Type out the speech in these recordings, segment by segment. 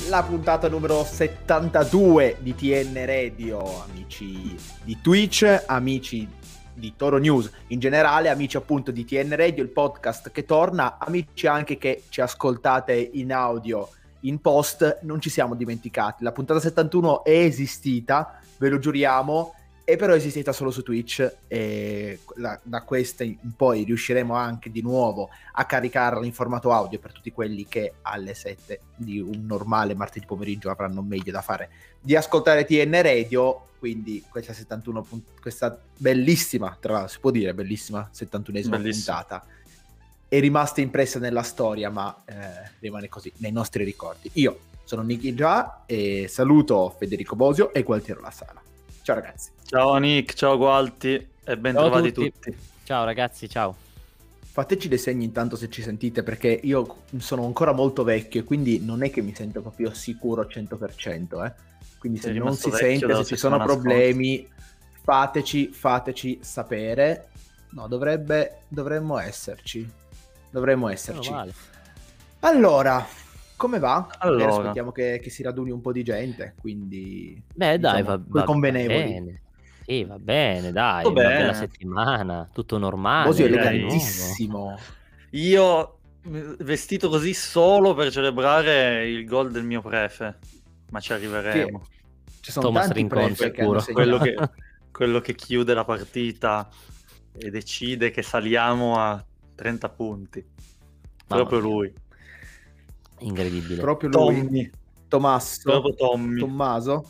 la puntata numero 72 di TN Radio, amici di Twitch, amici di Toro News in generale, amici appunto di TN Radio, il podcast che torna, amici anche che ci ascoltate in audio in post. Non ci siamo dimenticati, la puntata 71 è esistita, ve lo giuriamo, e però è esistita solo su Twitch, e da questa in poi riusciremo anche di nuovo a caricarla in formato audio per tutti quelli che alle 7 di un normale martedì pomeriggio avranno meglio da fare di ascoltare TN Radio. Quindi questa 71 questa bellissima, tra l'altro si può dire bellissima 71esima puntata è rimasta impressa nella storia, ma rimane così nei nostri ricordi. Io sono Nicky Già e saluto Federico Bosio e Gualtiero La Sala. Ciao ragazzi. Ciao Nick, ciao Gualti e ben trovati tutti. Ciao ragazzi, ciao. Fateci dei segni intanto se ci sentite, perché io sono ancora molto vecchio e quindi non è che mi sento proprio sicuro al 100%, Quindi se non si sente, se ci sono problemi, fateci sapere. No, dovremmo esserci. Male. Allora, come va? Allora. Aspettiamo che si raduni un po' di gente, quindi... Beh, dai, va convenevoli. bene. Sì, va bene, dai, Tutto una bene. bella settimana, tutto normale. Bosio è direi. elegantissimo. Io vestito così solo per celebrare il gol del mio prefe, ma ci arriveremo. Ci sono Thomas tanti Rincon, prefe che sicuro. hanno segnato. quello che chiude la partita e decide che saliamo a 30 punti. Proprio Mamma mia. lui. Incredibile. Proprio lui. Proprio Tommy. Tommaso.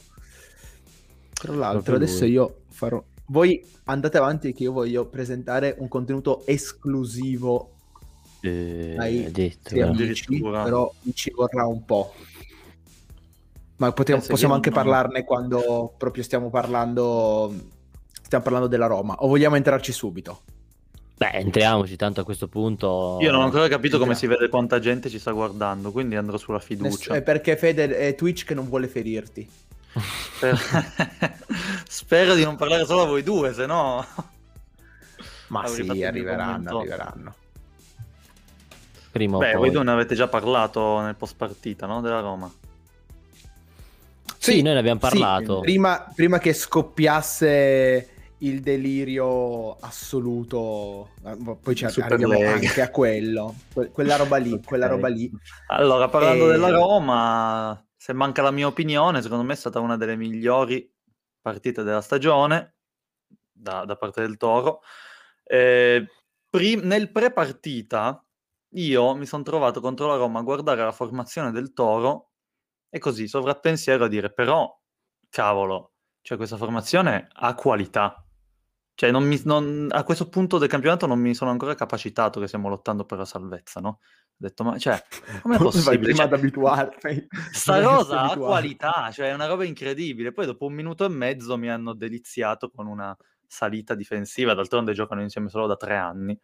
Tra l'altro Proprio adesso lui. io farò... Voi andate avanti che io voglio presentare un contenuto esclusivo ai detto, amici, addirittura. però ci vorrà un po'. Ma Penso possiamo che anche no. parlarne quando proprio stiamo parlando della Roma, o vogliamo entrarci subito? Beh, entriamoci tanto a questo punto. Io non ho ancora capito come Entriamo. si vede quanta gente ci sta guardando, quindi andrò sulla fiducia. È perché Fede è Twitch che non vuole ferirti. Spero di non parlare solo a voi due, se no... Ma avrei sì, fatto il mio arriveranno. Prima o Beh, poi. voi due ne avete già parlato nel post partita, no? Della Roma. Sì, noi ne abbiamo parlato. Prima che scoppiasse il delirio assoluto, poi ci Super arriviamo Lega. anche a quello, quella roba lì, Ok. Allora, parlando della Roma, se manca la mia opinione, secondo me è stata una delle migliori partite della stagione da parte del Toro. Nel pre-partita io mi sono trovato contro la Roma a guardare la formazione del Toro e così, sovrappensiero, a dire, però, cavolo, cioè questa formazione ha qualità. Cioè, a questo punto del campionato non mi sono ancora capacitato che stiamo lottando per la salvezza, no? Ho detto, ma cioè, com'è possibile? Vai prima Cioè, ad abituarti. sta cosa ha qualità, cioè è una roba incredibile. Poi dopo 1 minuto e mezzo mi hanno deliziato con una salita difensiva, d'altronde giocano insieme solo da 3 anni,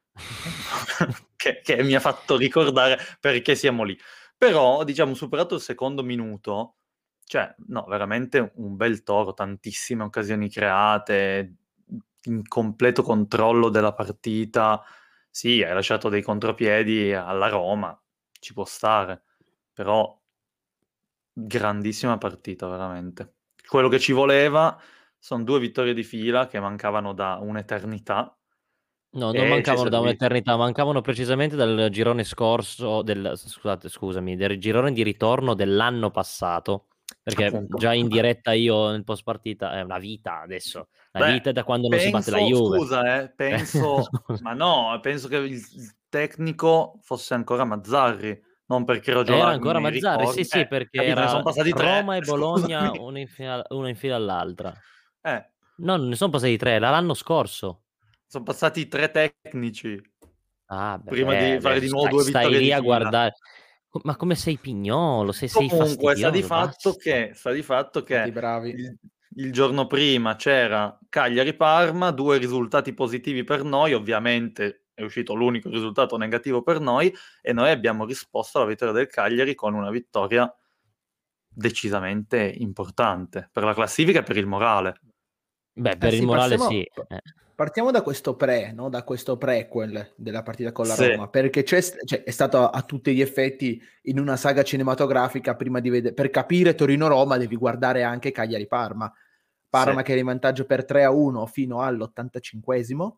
che mi ha fatto ricordare perché siamo lì. Però, diciamo, superato il secondo minuto, cioè, no, veramente un bel Toro, tantissime occasioni create, in completo controllo della partita. Sì, hai lasciato dei contropiedi alla Roma, ci può stare, però grandissima partita, veramente. Quello che ci voleva sono 2 vittorie di fila che mancavano da un'eternità. No, E non ci è mancavano da servito. un'eternità, mancavano precisamente dal girone scorso, del girone di ritorno dell'anno passato, perché Appunto. già in diretta io nel post partita è una vita adesso, la Beh, vita è da quando non si batte la penso, Juve. scusa, penso, ma no, penso che il tecnico fosse ancora Mazzarri, non per Era crogiolarmi ancora nei Mazzarri, ricordi. sì, perché Capito, ne sono era passati 3, Roma e Bologna scusami. una in fila all'altra. Eh, No, non ne sono passati 3, era l'anno scorso. sono passati 3 tecnici Ah, prima di beh, fare di nuovo 2 stai vittorie lì di a fila. guardare. Ma come sei pignolo, sei Comunque, sta di fastidioso, fatto che Tutti bravi. il giorno prima c'era Cagliari-Parma, 2 risultati positivi per noi, ovviamente è uscito l'unico risultato negativo per noi, e noi abbiamo risposto alla vittoria del Cagliari con una vittoria decisamente importante per la classifica e per il morale. Beh, per il Sì, morale sì. partiamo da questo no? Da questo prequel della partita con la Sì. Roma, perché è stato a tutti gli effetti in una saga cinematografica. Prima di vedere, per capire Torino-Roma devi guardare anche Cagliari-Parma. Parma Sì. che era in vantaggio per 3-1 fino all'85esimo.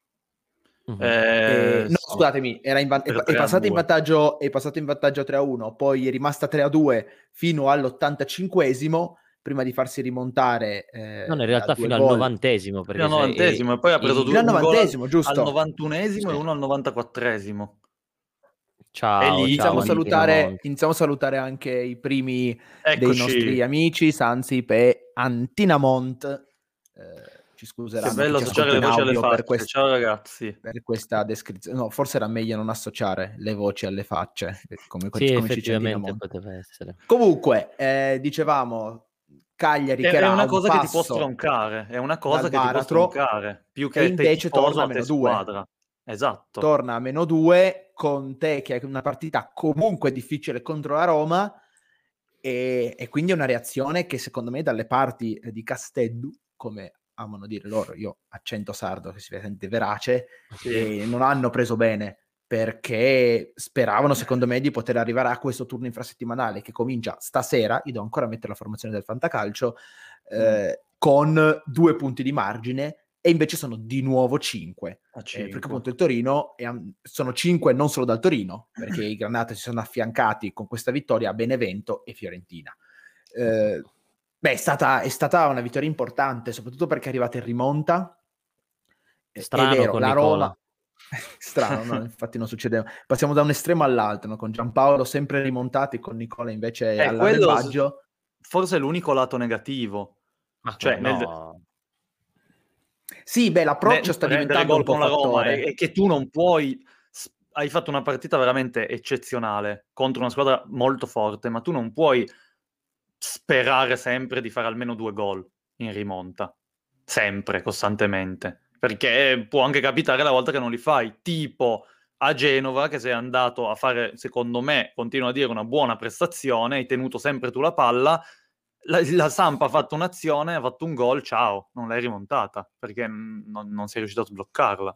Mhm. No, Sì. scusatemi, è passato in 3-2. vantaggio, 3-1, poi è rimasta 3-2 fino all'85esimo, prima di farsi rimontare Non, in da realtà 2 fino al gol. 90esimo, Fino perché al 90esimo, e poi ha preso Fino al un gol 90esimo, al giusto? 91esimo e Sì. uno al 94esimo. E Ciao, lì ciao Antinamont. Iniziamo a salutare anche i primi dei eccoci. nostri amici, Sansip e Antinamont. Ci Che scuseranno chi bello ci associare ascolta le in voci alle audio facce. Ciao ragazzi. per questa descrizione. No, forse era meglio non associare le voci alle facce, Sì, come ci dice effettivamente Antinamont. poteva essere. Comunque, dicevamo, Cagliari che È era a una un cosa che ti può passo stroncare, è una cosa dal che ti può baratro stroncare, più e che te invece torna tifoso a a te -2. squadra. Esatto. Torna a -2 con te che è una partita comunque difficile contro la Roma e quindi è una reazione che secondo me dalle parti di Casteddu, come amano dire loro, io accento sardo che si sente verace, Sì. non hanno preso bene perché speravano secondo me di poter arrivare a questo turno infrasettimanale che comincia stasera. Io devo ancora mettere la formazione del Fantacalcio con 2 punti di margine e invece sono di nuovo 5. A Perché 5. appunto il Torino sono 5 non solo dal Torino, perché i Granata si sono affiancati con questa vittoria a Benevento e Fiorentina. È stata una vittoria importante, soprattutto perché è arrivata in rimonta. È Strano vero, con la Nicola. Roma strano, no? Infatti non succedeva. Passiamo da un estremo all'altro, no? Con Giampaolo sempre rimontati, con Nicola invece Quello all'arrembaggio. forse è l'unico lato negativo. Ma Cioè, come no? Sì, beh, l'approccio nel sta prendere diventando un gol po' con la Roma fattore. è che tu non puoi hai fatto una partita veramente eccezionale contro una squadra molto forte, ma tu non puoi sperare sempre di fare almeno 2 gol in rimonta. Sempre, costantemente. Perché può anche capitare la volta che non li fai. Tipo a Genova, che sei andato a fare, secondo me, continuo a dire, una buona prestazione, hai tenuto sempre tu la palla, la Samp ha fatto un'azione, ha fatto un gol, ciao, non l'hai rimontata, perché non sei riuscito a sbloccarla.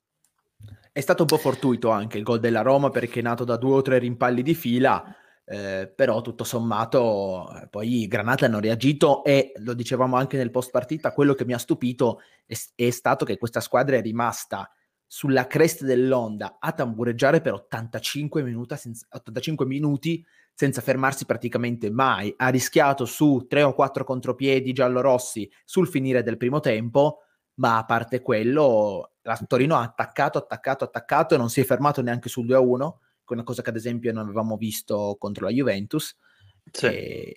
È stato un po' fortuito anche il gol della Roma perché è nato da 2 o 3 rimpalli di fila, però tutto sommato poi i Granata hanno reagito e lo dicevamo anche nel post partita, quello che mi ha stupito è stato che questa squadra è rimasta sulla cresta dell'onda a tambureggiare per 85 minuti senza fermarsi praticamente mai. Ha rischiato su 3 o 4 contropiedi giallorossi sul finire del primo tempo, ma a parte quello la Torino ha attaccato e non si è fermato neanche sul 2-1, che è una cosa che ad esempio non avevamo visto contro la Juventus. Sì.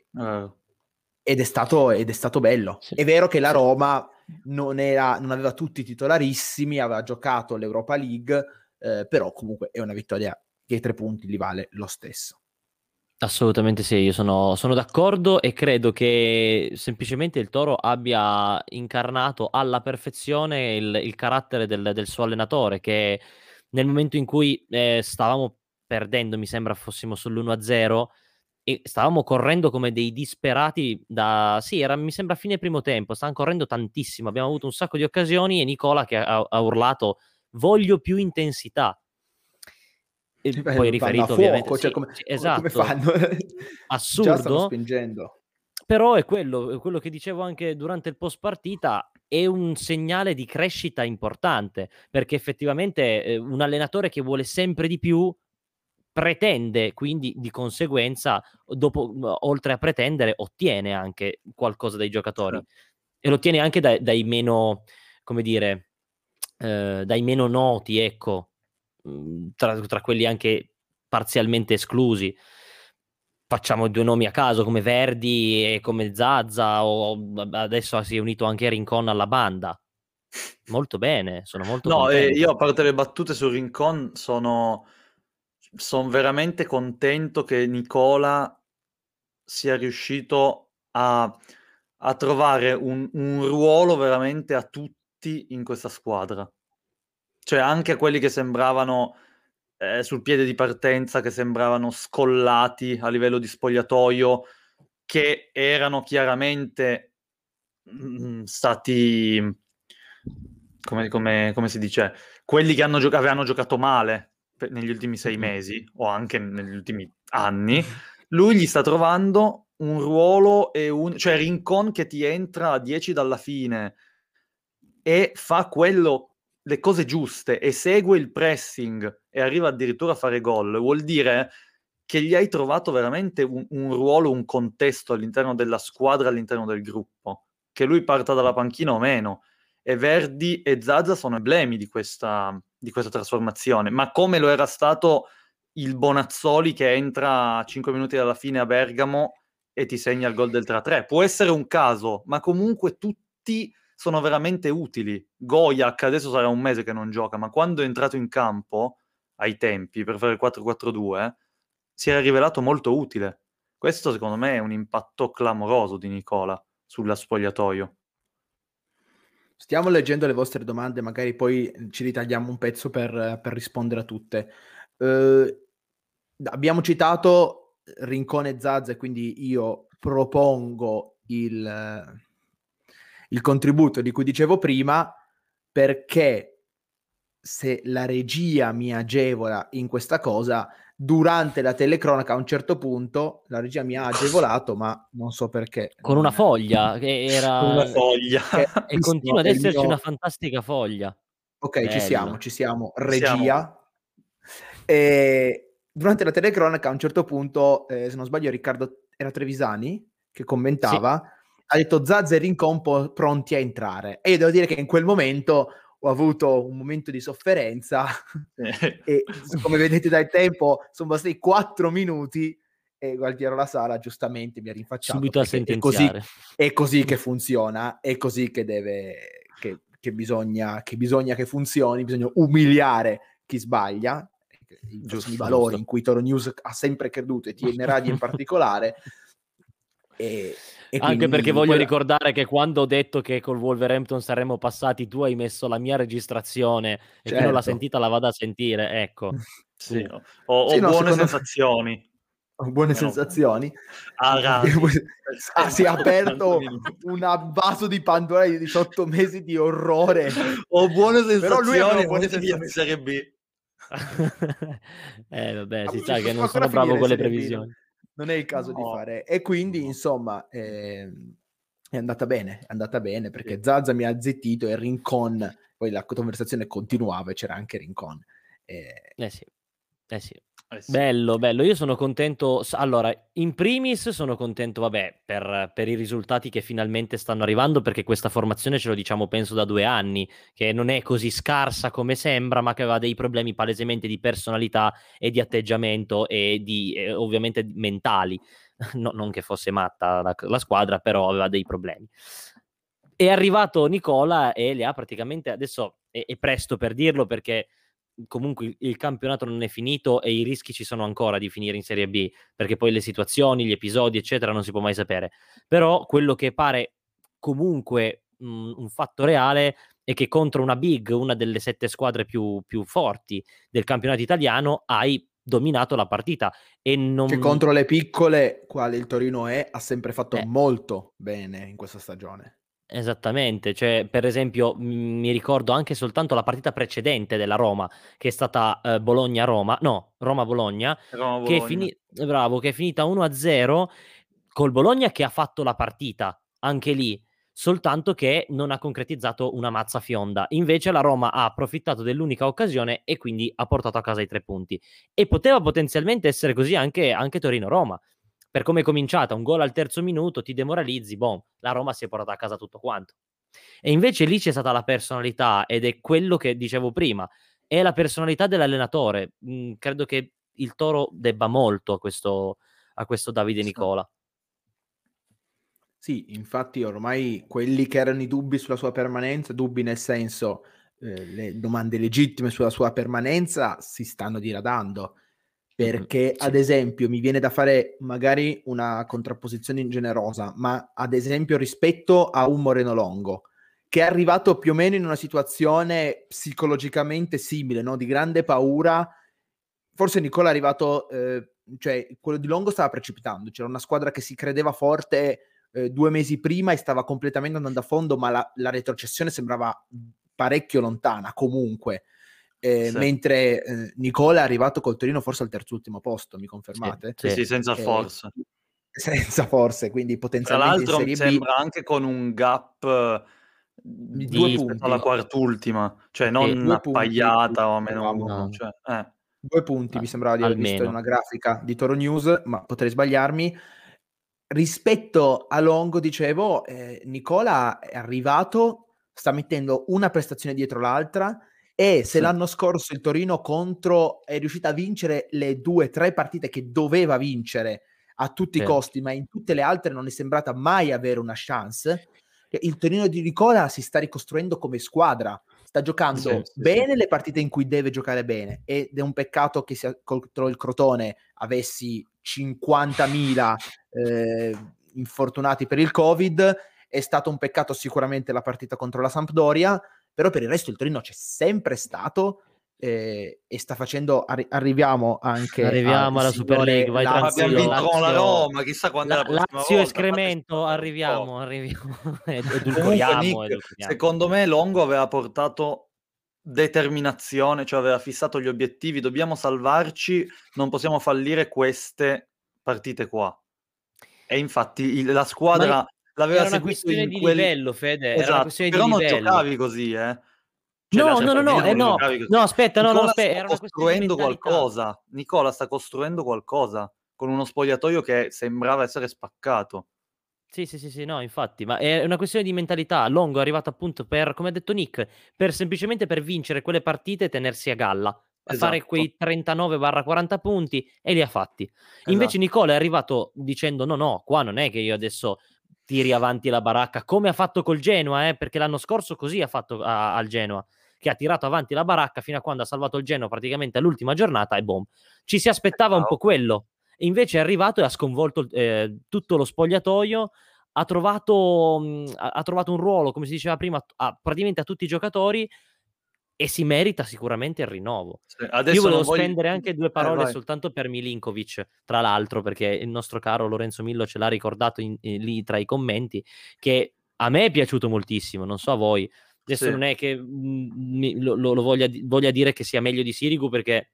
Ed è stato bello. Sì. È vero che la Sì. Roma non aveva tutti i titolarissimi, aveva giocato l'Europa League, però comunque è una vittoria che i 3 punti li vale lo stesso. Assolutamente sì, io sono d'accordo e credo che semplicemente il Toro abbia incarnato alla perfezione il carattere del suo allenatore, che nel momento in cui stavamo perdendo, mi sembra fossimo sull'1-0, e stavamo correndo come dei disperati sì, mi sembra fine primo tempo, stavamo correndo tantissimo, abbiamo avuto un sacco di occasioni e Nicola che ha urlato voglio più intensità. E poi Vanno a riferito ovviamente, fuoco, sì, cioè come esatto, fanno? Già stanno assurdo, spingendo. però è quello che dicevo anche durante il post partita, è un segnale di crescita importante, perché effettivamente un allenatore che vuole sempre di più pretende, quindi di conseguenza dopo, oltre a pretendere, ottiene anche qualcosa dai giocatori e lo ottiene anche dai meno, come dire, dai meno noti, ecco, tra quelli anche parzialmente esclusi. Facciamo 2 nomi a caso come Verdi e come Zaza o adesso si è unito anche Rincon alla banda. Molto bene, sono molto No, io contento. a parte le battute su Rincon son veramente contento che Nicola sia riuscito a trovare un ruolo veramente a tutti in questa squadra. Cioè anche a quelli che sembravano sul piede di partenza, che sembravano scollati a livello di spogliatoio, che erano chiaramente stati, come si dice, quelli che avevano giocato male negli ultimi 6 mesi o anche negli ultimi anni, lui gli sta trovando un ruolo cioè Rincon che ti entra a 10 dalla fine e fa le cose giuste e segue il pressing e arriva addirittura a fare gol, vuol dire che gli hai trovato veramente un ruolo, un contesto all'interno della squadra, all'interno del gruppo, che lui parta dalla panchina o meno. E Verdi e Zaza sono emblemi di questa trasformazione, ma come lo era stato il Bonazzoli che entra a 5 minuti dalla fine a Bergamo e ti segna il gol del 3-3. Può essere un caso, ma comunque tutti sono veramente utili. Gojak adesso sarà un mese che non gioca, ma quando è entrato in campo, ai tempi, per fare il 4-4-2, si era rivelato molto utile. Questo secondo me è un impatto clamoroso di Nicola sulla spogliatoio. Stiamo leggendo le vostre domande, magari poi ci ritagliamo un pezzo per rispondere a tutte. Abbiamo citato Rincon e Zaza, quindi io propongo il contributo di cui dicevo prima, perché se la regia mi agevola in questa cosa, durante la telecronaca a un certo punto la regia mi ha agevolato, ma non so perché. Con una foglia che era... Con una foglia. E continua ad esserci una fantastica foglia. Ok, Bello. ci siamo. Regia. E durante la telecronaca a un certo punto, se non sbaglio, Riccardo era Trevisani che commentava, ha detto Zaza e Rincon pronti a entrare. E io devo dire che in quel momento ho avuto un momento di sofferenza e come vedete dal tempo sono bastati 4 minuti e Gualtiero La Sala giustamente mi ha rinfacciato subito a sentenziare. è così che funziona, è così che deve che bisogna che funzioni, bisogna umiliare chi sbaglia, i valori in cui Toro News ha sempre creduto e TN Radio in particolare. E anche perché voglio ricordare che quando ho detto che col Wolverhampton saremmo passati, tu hai messo la mia registrazione e chi non l'ha sentita la vada a sentire, ecco. Sì, ho buone sensazioni. Buone sensazioni. Si è aperto un vaso di Pandora di 18 mesi di orrore. Ho buone sensazioni. Però lui aveva buone sensazioni. Serie B. Vabbè, si sa che non sono bravo con le previsioni. Non è il caso di fare. E quindi, insomma, è andata bene, perché Zaza mi ha zittito e Rincon, poi la conversazione continuava e c'era anche Rincon. Sì. Bello, io sono contento. Allora, in primis sono contento, vabbè, per i risultati che finalmente stanno arrivando, perché questa formazione ce lo diciamo penso da 2 anni, che non è così scarsa come sembra, ma che aveva dei problemi palesemente di personalità e di atteggiamento e ovviamente mentali. Non che fosse matta la squadra, però aveva dei problemi. È arrivato Nicola e le ha praticamente, adesso è presto per dirlo perché comunque il campionato non è finito e i rischi ci sono ancora di finire in Serie B, perché poi le situazioni, gli episodi eccetera non si può mai sapere, però quello che pare comunque un fatto reale è che contro una big, una delle 7 squadre più forti del campionato italiano, hai dominato la partita e non... che contro le piccole, quale il Torino ha sempre fatto molto bene in questa stagione. Esattamente, cioè per esempio mi ricordo anche soltanto la partita precedente della Roma, che è stata Bologna-Roma, no, Roma-Bologna, che è finita 1-0 col Bologna che ha fatto la partita, anche lì, soltanto che non ha concretizzato una mazza fionda. Invece la Roma ha approfittato dell'unica occasione e quindi ha portato a casa i 3 punti. E poteva potenzialmente essere così anche Torino-Roma. Per come è cominciata, un gol al terzo minuto, ti demoralizzi, la Roma si è portata a casa tutto quanto. E invece lì c'è stata la personalità, ed è quello che dicevo prima, è la personalità dell'allenatore. Credo che il Toro debba molto a questo Davide Nicola. Sì, infatti ormai quelli che erano i dubbi sulla sua permanenza, dubbi nel senso le domande legittime sulla sua permanenza, si stanno diradando. Perché ad esempio mi viene da fare magari una contrapposizione ingenerosa, ma ad esempio rispetto a un Moreno Longo che è arrivato più o meno in una situazione psicologicamente simile, no? Di grande paura, forse Nicola è arrivato, cioè quello di Longo stava precipitando, c'era una squadra che si credeva forte 2 mesi prima e stava completamente andando a fondo, ma la retrocessione sembrava parecchio lontana comunque. Sì. Mentre Nicola è arrivato col Torino forse al terzultimo posto, mi confermate? Sì, senza forse. Senza forse, quindi Tra potenzialmente in l'altro mi Serie B sembra anche con un gap di Di- 2 rispetto punti. alla quart'ultima, cioè Sì. non 2 punti appagliata o a meno eravamo. uno. No. Cioè, 2 punti mi sembrava di aver visto in Almeno. una grafica di Toro News, ma potrei sbagliarmi. Rispetto a Longo, dicevo, Nicola è arrivato, sta mettendo una prestazione dietro l'altra, e se sì. l'anno scorso il Torino è riuscito a vincere le 2-3 partite che doveva vincere a tutti i Sì. costi, ma in tutte le altre non è sembrata mai avere una chance, il Torino di Nicola si sta ricostruendo come squadra, sta giocando Sì, bene sì. le partite in cui deve giocare bene, ed è un peccato che contro il Crotone avessi 50.000 infortunati per il Covid. È stato un peccato sicuramente la partita contro la Sampdoria, però per il resto il Torino c'è sempre stato, e sta facendo, arriviamo anche Arriviamo al alla Super League, signore vai Abbiamo tranquillo. vinto con la Lazio, Roma, chissà quando è la prossima Lazio volta. escremento, Fateci arriviamo. Comunque Edulcoriamo. Nick, secondo me Longo aveva portato determinazione, cioè aveva fissato gli obiettivi, dobbiamo salvarci, non possiamo fallire queste partite qua. E infatti la Ma squadra l'aveva era una seguito questione in di quel... livello, Fede, era una Esatto, questione di però non livello. giocavi così, Cioè le No, altre no, no, no, partite non no, giocavi così. no, aspetta, no, Nicola aspetta, sta era una questione di costruendo mentalità. qualcosa. Nicola sta costruendo qualcosa con uno spogliatoio che sembrava essere spaccato. Sì, no, infatti, ma è una questione di mentalità. Longo è arrivato appunto per, come ha detto Nick, semplicemente per vincere quelle partite e tenersi a galla, a fare Esatto, quei 39/40 punti, e li ha fatti. Invece esatto. Nicola è arrivato dicendo no, qua non è che io adesso tiri avanti la baracca, come ha fatto col Genoa, perché l'anno scorso così ha fatto al Genoa, che ha tirato avanti la baracca fino a quando ha salvato il Genoa praticamente all'ultima giornata e boom. Ci si aspettava un po' quello. Invece è arrivato e ha sconvolto tutto lo spogliatoio, ha trovato un ruolo, come si diceva prima, praticamente a tutti i giocatori, e si merita sicuramente il rinnovo. Sì, Io adesso volevo non voglio... spendere anche 2 parole vai. soltanto per Milinkovic, tra l'altro, perché il nostro caro Lorenzo Millo ce l'ha ricordato lì tra i commenti, che a me è piaciuto moltissimo, non so a voi. Adesso Sì. non è che lo voglia dire che sia meglio di Sirigu, perché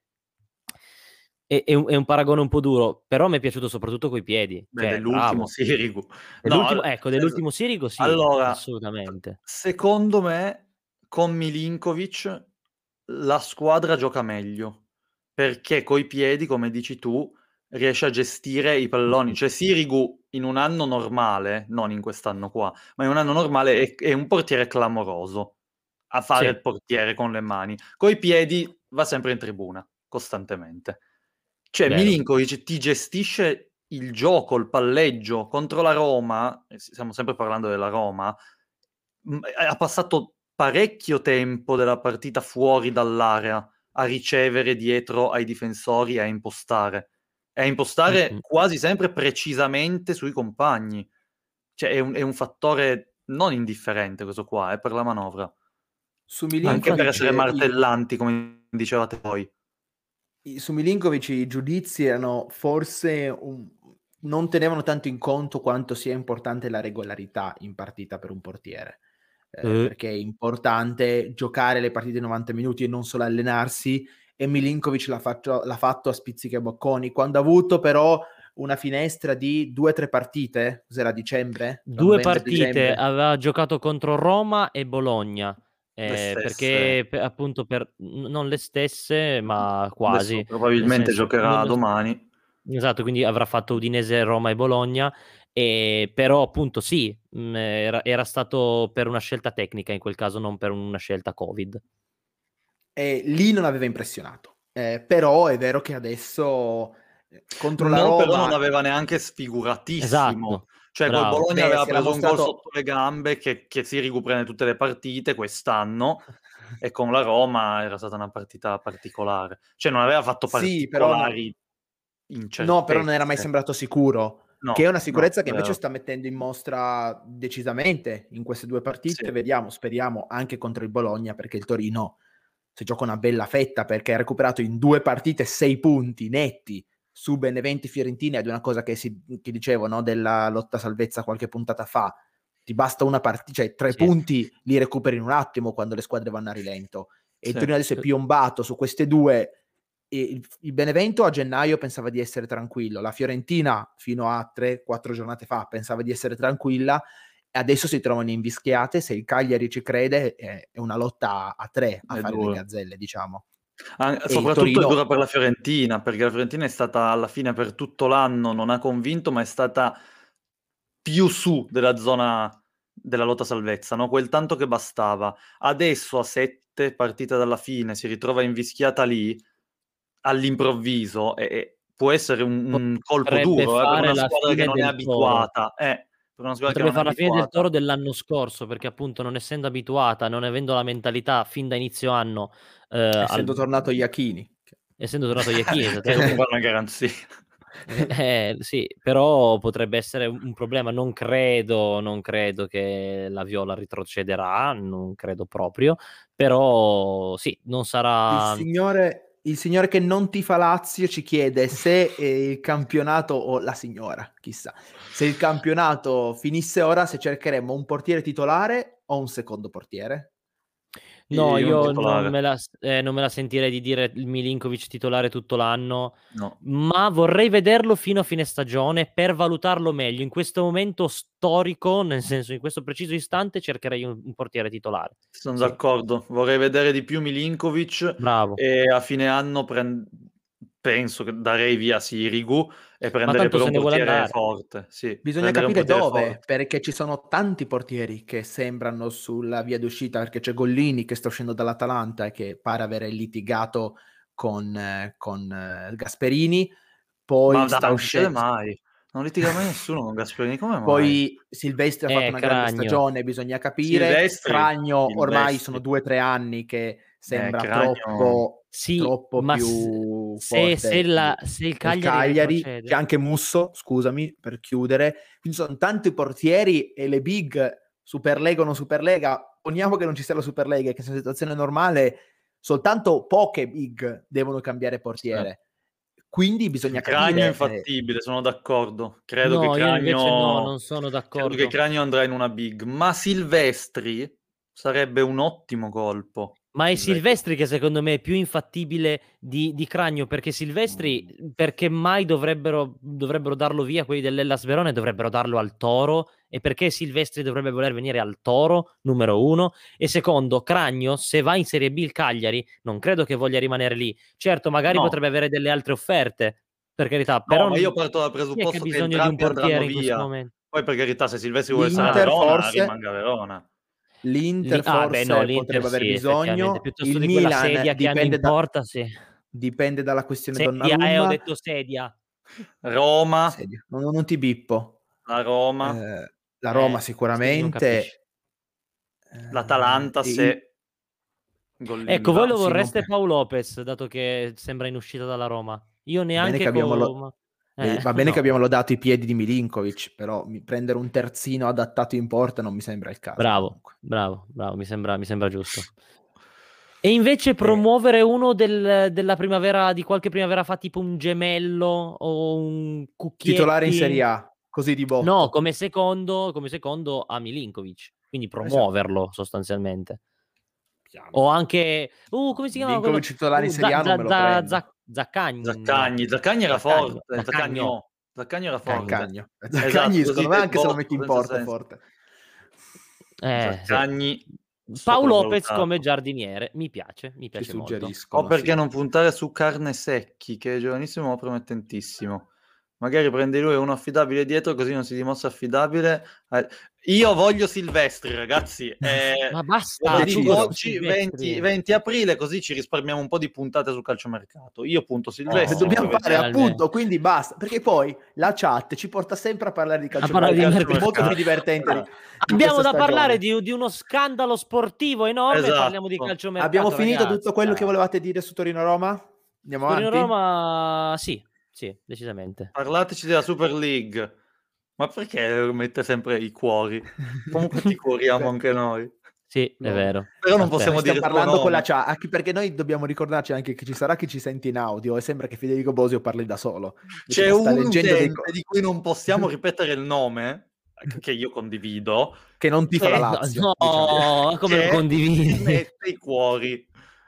è un paragone un po' duro, però mi è piaciuto soprattutto coi piedi, Beh, cioè dell'ultimo bravo. Sirigu. No, Dell'ultimo, ecco, dell'ultimo Sirigu sì, allora, assolutamente. secondo me con Milinkovic la squadra gioca meglio, perché coi piedi, come dici tu, riesce a gestire i palloni. Cioè Sirigu in un anno normale, non in quest'anno qua, ma in un anno normale è un portiere clamoroso a fare Sì, il portiere con le mani. Coi piedi va sempre in tribuna, costantemente. Cioè vero. Milinkovic ti gestisce il gioco, il palleggio. Contro la Roma, stiamo sempre parlando della Roma, ha passato parecchio tempo della partita fuori dall'area a ricevere dietro ai difensori e a impostare. E a impostare Mm-mm. quasi sempre precisamente sui compagni. Cioè è un fattore non indifferente questo qua, per la manovra. Su Anche per Milinkovic essere martellanti, come dicevate voi. su Milinkovic i giudizi erano forse non tenevano tanto in conto quanto sia importante la regolarità in partita per un portiere, perché è importante giocare le partite 90 minuti e non solo allenarsi, e Milinkovic l'ha fatto a spizzichi e bocconi, quando ha avuto però una finestra di 2-3 partite, cos'era, dicembre? Tra 2 novembre e partite, dicembre, aveva giocato contro Roma e Bologna, Le stesse. perché appunto non le stesse, ma Adesso quasi, nel probabilmente senso, giocherà domani. esatto, quindi avrà fatto Udinese, Roma e Bologna, però appunto sì, era stato per una scelta tecnica in quel caso, non per una scelta Covid. e lì non aveva impressionato, però è vero che adesso contro la No, però non Roma, aveva neanche sfiguratissimo. Esatto, Cioè col bravo. Bologna aveva si era preso un gol mostrato, sotto le gambe che Sirigu prende tutte le partite quest'anno, e con la Roma era stata una partita particolare. Cioè non aveva fatto sì, però particolari no, però non era mai incertezze. sembrato sicuro, che è No, una no, sicurezza che invece vero. sta mettendo in mostra decisamente in queste 2 Sì, partite. Vediamo, speriamo anche contro il Bologna, perché il Torino si gioca una bella fetta, perché ha recuperato in 2 partite 6 punti netti su Benevento Fiorentina, ed è una cosa che dicevo, no, della lotta salvezza qualche puntata fa. Ti basta una partita, cioè 3 punti li recuperi in un attimo quando le squadre vanno a rilento. E il Torino adesso è piombato su queste due. E il Benevento a gennaio pensava di essere tranquillo, la Fiorentina fino a 3-4 giornate fa pensava di essere tranquilla, e adesso si trovano invischiate. Se il Cagliari ci crede, è una lotta a 3 a fare le gazzelle, diciamo. Soprattutto Torino... è dura per la Fiorentina, perché la Fiorentina è stata alla fine per tutto l'anno, non ha convinto, ma è stata più su della zona della lotta salvezza, no? Quel tanto che bastava. Adesso a 7 partite dalla fine si ritrova invischiata lì all'improvviso, e può essere un colpo duro per una squadra che non è abituata. Potrebbe fare la fine del Toro dell'anno scorso, perché appunto non essendo abituata, non avendo la mentalità fin da inizio anno, essendo tornato Iachini, che non fa una garanzia. Sì, però potrebbe essere un problema. Non credo che la Viola retrocederà, non credo proprio, però sì, non sarà... Il signore che non tifa Lazio ci chiede se il campionato, o la signora, chissà, se il campionato finisse ora, se cercheremmo un portiere titolare o un secondo portiere? No, io non me la sentirei di dire il Milinkovic titolare tutto l'anno, no. Ma vorrei vederlo fino a fine stagione per valutarlo meglio. In questo momento storico, nel senso in questo preciso istante, cercherei un portiere titolare. Sono d'accordo, vorrei vedere di più Milinkovic. Bravo. E a fine anno penso che darei via Sirigu e prendere per un portiere forte. Sì, bisogna capire dove, perché ci sono tanti portieri che sembrano sulla via d'uscita, perché c'è Gollini che sta uscendo dall'Atalanta e che pare avere litigato con Gasperini, poi sta uscendo... mai. Non litiga mai nessuno con Gasperini, come mai? Poi Silvestri ha fatto una grande stagione, bisogna capire. Cragno ormai sono 2 o 3 anni che sembra troppo più forte. Se il Cagliari c'è anche Musso, scusami, per chiudere. Quindi sono tanti portieri, e le big, Superlega o non Superlega, poniamo che non ci sia la Superlega, che sia una situazione normale, soltanto poche big devono cambiare portiere. Quindi bisogna capire. Cragno è infattibile, sono d'accordo. Credo che Cragno... io invece no, non sono d'accordo. Credo che Cragno andrà in una big, ma Silvestri sarebbe un ottimo colpo. Ma è Silvestri che secondo me è più infattibile di Cragno, perché Silvestri, perché mai dovrebbero darlo via quelli dell'Hellas Verona e dovrebbero darlo al Toro, e perché Silvestri dovrebbe voler venire al Toro, numero 1, e secondo, Cragno, se va in Serie B il Cagliari, non credo che voglia rimanere lì. Certo, magari potrebbe avere delle altre offerte, per carità, però ma io parto dal presupposto che bisogno di un portiere in questo momento. Poi per carità, se Silvestri vuole stare a Verona, rimanga a Verona. L'Inter potrebbe aver bisogno, piuttosto il di quella sedia che hanno in porta, dipende dalla questione Donnarumma. Ho detto sedia. Roma. Sedia. Non ti bippo. La Roma. La Roma sicuramente. L'Atalanta se Gollini. Ecco, voi lo vorreste Pau Lopez, dato che sembra in uscita dalla Roma. Io neanche va bene che abbiamo lodato i piedi di Milinkovic, però prendere un terzino adattato in porta non mi sembra il caso. Bravo, mi sembra giusto. E invece promuovere uno della primavera, di qualche primavera fa, tipo un Gemello o un Cucchietti, titolare in Serie A, così di botto. No, come secondo a Milinkovic, quindi promuoverlo sostanzialmente. O anche come si chiama quello? Titolare in Serie A non me lo prendo. Zaccagni era forte. Zaccagni era forte. Zaccagni, secondo me, anche se lo metti in porta, forte. Zaccagni. Paolo Lopez come giardiniere mi piace molto. O perché non puntare su Carne Secchi, che è giovanissimo ma promettentissimo. Magari prendi lui uno affidabile dietro, così non si dimostra affidabile. Io voglio Silvestri, ragazzi. Ma basta. Oggi 20 aprile, così ci risparmiamo un po' di puntate sul calciomercato. Io punto Silvestri. Dobbiamo fare appunto, quindi basta. Perché poi la chat ci porta sempre a parlare di calciomercato. È molto più divertente. Abbiamo da parlare di uno scandalo sportivo enorme. Parliamo di calciomercato. Abbiamo finito tutto quello che volevate dire su Torino-Roma? Andiamo avanti? Torino-Roma, sì, decisamente. Parlateci della Super League. Ma perché mette sempre i cuori? Comunque ti cuoriamo anche noi. Sì, è vero. Però non Aspetta. possiamo Stiamo dire il suo parlando con la nome. chat, anche perché noi dobbiamo ricordarci anche che ci sarà chi ci sente in audio e sembra che Federico Bosio parli da solo. Invece C'è che sta un leggendo dei utente di cui non possiamo ripetere il nome, che io condivido, che non tifa la Lazio, diciamo. No, come lo che condividi? mette i cuori.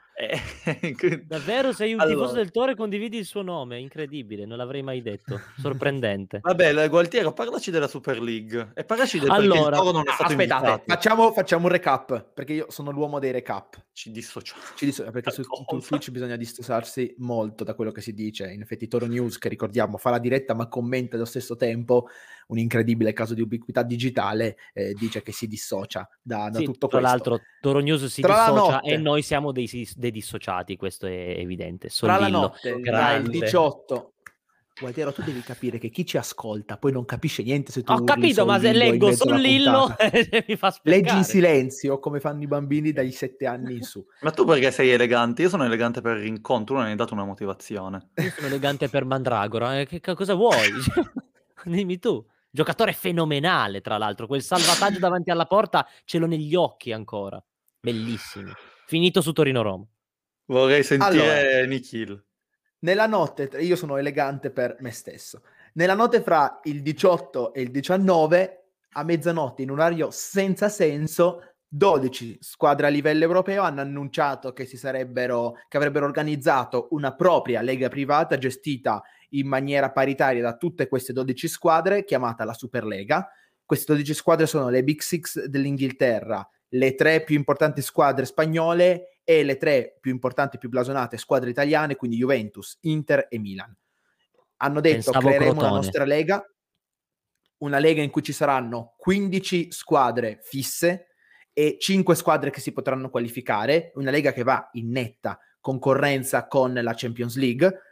Davvero sei un tifoso Allora, del Toro e condividi il suo nome? Incredibile, non l'avrei mai detto. Sorprendente. vabbè, Gualtiero, parlaci della Super League e parlaci del perché il Allora, Toro non è stato aspettate, invitato. facciamo un recap, perché io sono l'uomo dei recap. Ci dissociamo. Perché Da su cosa? Twitch bisogna dissociarsi molto da quello che si dice. In effetti Toro News, che ricordiamo, fa la diretta ma commenta allo stesso tempo, un incredibile caso di ubiquità digitale, dice che si dissocia da sì, tutto tra questo. l'altro Toro News si Tra la dissocia e notte, noi siamo dei dissociati, questo è evidente. tra la Sollillo, notte, tra il grande. 18... Gualtiero, tu devi capire che chi ci ascolta poi non capisce niente se tu Ho urli capito, ma se Sollillo in leggo mezzo alla Sollillo puntata. mi fa Leggi in spiaccare. silenzio, come fanno i bambini dai 7 anni in su. Ma tu perché sei elegante? Io sono elegante per il rincontro, tu non hai dato una motivazione. Io sono elegante per Mandragora, cosa vuoi? Dimmi tu. Giocatore fenomenale, tra l'altro. Quel salvataggio davanti alla porta ce l'ho negli occhi ancora. Bellissimo. Finito su Torino-Roma. Vorrei Allora, sentire Nikhil. nella notte, io sono elegante per me stesso. Nella notte fra il 18 e il 19, a mezzanotte, in un orario senza senso, 12 squadre a livello europeo hanno annunciato che che avrebbero organizzato una propria lega privata gestita in maniera paritaria da tutte queste 12 squadre, chiamata la Superlega. Queste 12 squadre sono le Big Six dell'Inghilterra, le 3 più importanti squadre spagnole e le 3 più importanti, più blasonate squadre italiane, quindi Juventus, Inter e Milan. Hanno detto: Pensavo creeremo la Crotone. nostra lega, una lega in cui ci saranno 15 squadre fisse e 5 squadre che si potranno qualificare, una lega che va in netta concorrenza con la Champions League,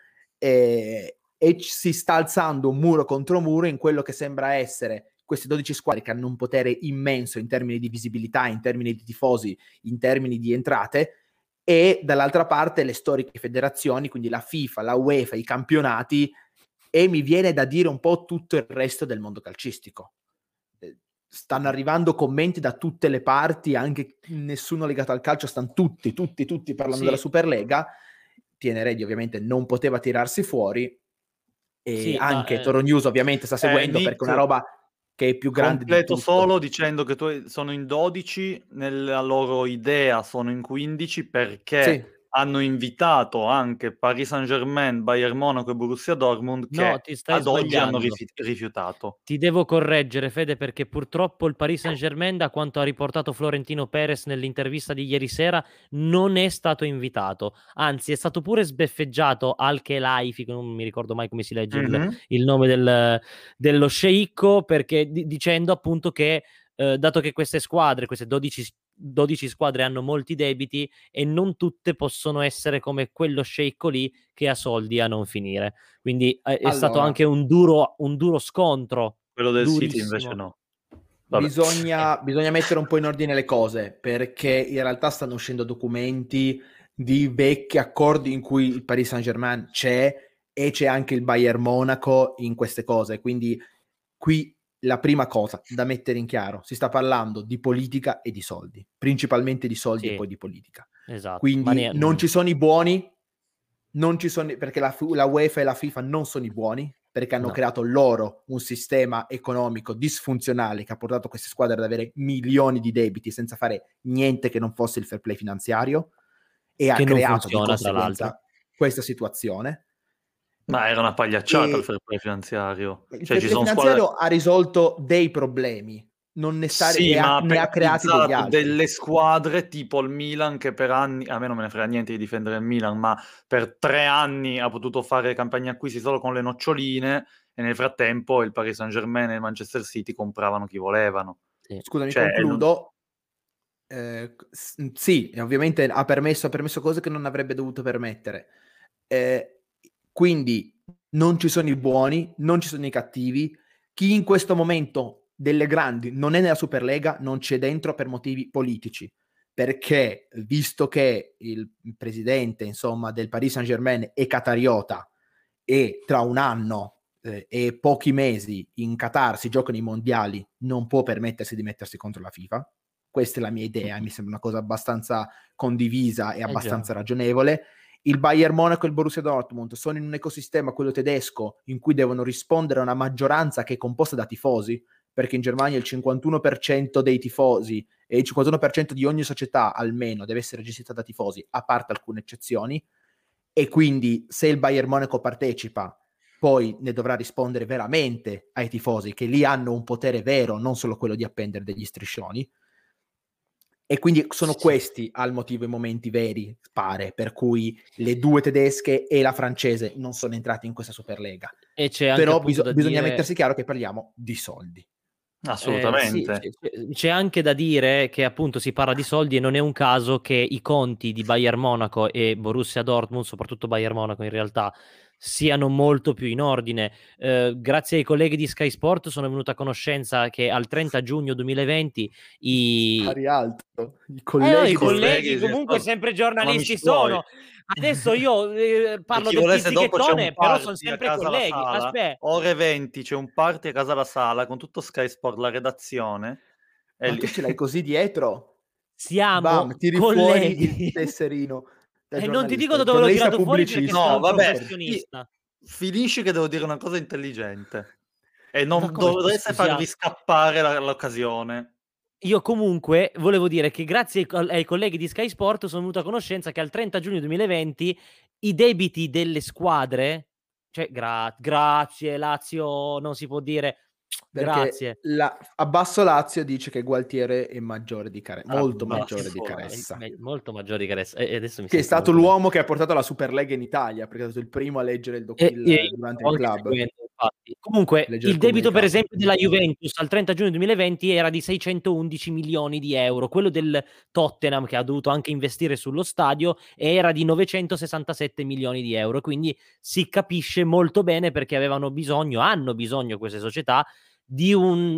e si sta alzando un muro contro muro in quello che sembra essere queste 12 squadre, che hanno un potere immenso in termini di visibilità, in termini di tifosi, in termini di entrate, e dall'altra parte le storiche federazioni, quindi la FIFA, la UEFA, i campionati, e mi viene da dire un po' tutto il resto del mondo calcistico. Stanno arrivando commenti da tutte le parti, anche nessuno legato al calcio, stanno tutti parlando della Superlega. TN Radio ovviamente non poteva tirarsi fuori, e anche Toro News ovviamente sta seguendo, perché è una Nick, roba che è più grande di completo tutto. solo dicendo che sono in 12, nella loro idea sono in 15 perché Sì. hanno invitato anche Paris Saint-Germain, Bayern Monaco e Borussia Dortmund che No, ti stai ad oggi hanno sbagliando. rifiutato. Ti devo correggere, Fede, perché purtroppo il Paris Saint-Germain, da quanto ha riportato Florentino Perez nell'intervista di ieri sera, non è stato invitato. Anzi, è stato pure sbeffeggiato Al-Khelaifi, non mi ricordo mai come si legge il nome dello sceicco, perché dicendo appunto che dato che queste squadre, queste 12 squadre hanno molti debiti e non tutte possono essere come quello sceicco lì che ha soldi a non finire. Quindi è stato anche un duro scontro. Quello del City Durissimo. invece no. Vabbè. Bisogna mettere un po' in ordine le cose, perché in realtà stanno uscendo documenti di vecchi accordi in cui il Paris Saint-Germain c'è, e c'è anche il Bayern Monaco in queste cose. Quindi qui la prima cosa da mettere in chiaro: si sta parlando di politica e di soldi, principalmente di soldi, Sì, e poi di politica. esatto. Quindi non ci sono i buoni, non ci sono, perché la UEFA e la FIFA non sono i buoni, perché hanno creato loro un sistema economico disfunzionale che ha portato queste squadre ad avere milioni di debiti senza fare niente che non fosse il fair play finanziario, e che ha non creato funziona, di conseguenza tra l'altro, questa situazione. Ma era una pagliacciata il fair play finanziario. Il Cioè, fair ci play sono finanziario squadre... ha risolto dei problemi, non ne, Sì, ma ha ne ha creati degli penalizzato altri. delle squadre tipo il Milan, che per anni, a me non me ne frega niente di difendere il Milan, ma per 3 anni ha potuto fare campagne acquisti solo con le noccioline, e nel frattempo il Paris Saint-Germain e il Manchester City compravano chi volevano. sì. Scusami, Cioè, concludo. Sì, ovviamente ha permesso cose che non avrebbe dovuto permettere. Quindi non ci sono i buoni, non ci sono i cattivi. Chi in questo momento delle grandi non è nella Superlega non c'è dentro per motivi politici, perché visto che il presidente, insomma, del Paris Saint-Germain è qatariota, e tra un anno e pochi mesi in Qatar si giocano i mondiali, non può permettersi di mettersi contro la FIFA. Questa è la mia idea, mi sembra una cosa abbastanza condivisa e abbastanza già. ragionevole. Il Bayern Monaco e il Borussia Dortmund sono in un ecosistema, quello tedesco, in cui devono rispondere a una maggioranza che è composta da tifosi, perché in Germania il 51% dei tifosi e il 51% di ogni società almeno deve essere gestita da tifosi, a parte alcune eccezioni, e quindi se il Bayern Monaco partecipa, poi ne dovrà rispondere veramente ai tifosi, che lì hanno un potere vero, non solo quello di appendere degli striscioni. E quindi sono questi al motivo i momenti veri, pare, per cui le due tedesche e la francese non sono entrate in questa Superlega. E c'è anche Però appunto da bisogna dire... mettersi chiaro che parliamo di soldi. Assolutamente. C'è anche da dire che appunto si parla di soldi e non è un caso che i conti di Bayern Monaco e Borussia Dortmund, soprattutto Bayern Monaco in realtà, siano molto più in ordine. Grazie ai colleghi di Sky Sport sono venuto a conoscenza che al 30 giugno 2020 Pari alto, i i colleghi, colleghi comunque sempre giornalisti sono. Adesso io parlo del pizzichettone, però sono sempre colleghi. Aspetta. Ore 20 c'è un party a casa la sala con tutto Sky Sport, la redazione. Ma tu ce l'hai così dietro? Siamo Bam, tiri colleghi. fuori il tesserino. E non ti dico da dove l'ho tirato fuori perché sono un vabbè, professionista. Finisci che devo dire una cosa intelligente. E non come dovreste scusiamo? farvi scappare l'occasione. Io comunque volevo dire che grazie ai colleghi di Sky Sport sono venuto a conoscenza che al 30 giugno 2020 i debiti delle squadre, cioè grazie Lazio, non si può dire grazie. A basso Lazio dice che Gualtiere è maggiore di Caressa, molto maggiore di Caressa. Molto maggiore di Caressa. E adesso mi che è stato l'uomo che ha portato la Superlega in Italia, perché è stato il primo a leggere il durante il club. Comunque, Leggere il debito per esempio della Juventus al 30 giugno 2020 era di 611 milioni di euro, quello del Tottenham che ha dovuto anche investire sullo stadio era di 967 milioni di euro, quindi si capisce molto bene perché hanno bisogno queste società di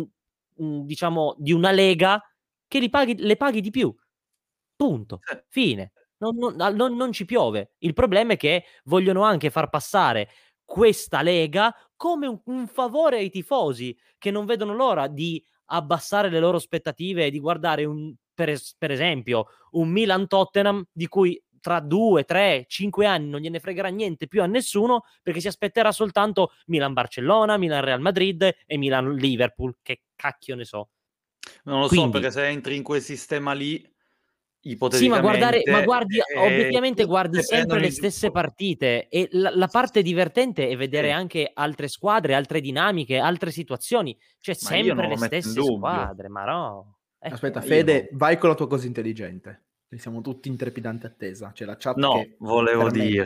diciamo di una lega che le paghi di più. Punto. Fine. Non ci piove. Il problema è che vogliono anche far passare questa lega come un favore ai tifosi che non vedono l'ora di abbassare le loro aspettative e di guardare per esempio un Milan-Tottenham di cui tra 2, 3, 5 anni non gliene fregherà niente più a nessuno perché si aspetterà soltanto Milan-Barcellona, Milan-Real Madrid e Milan-Liverpool. Che cacchio ne so. Non lo so, perché se entri in quel sistema lì sì, ma guardi obiettivamente guardi sempre le stesse partite e la parte divertente è vedere anche altre squadre, altre dinamiche, altre situazioni, cioè sempre le stesse squadre, ma no. Aspetta, Fede, vai con la tua cosa intelligente. Siamo tutti in trepidante attesa. C'è la chat che volevo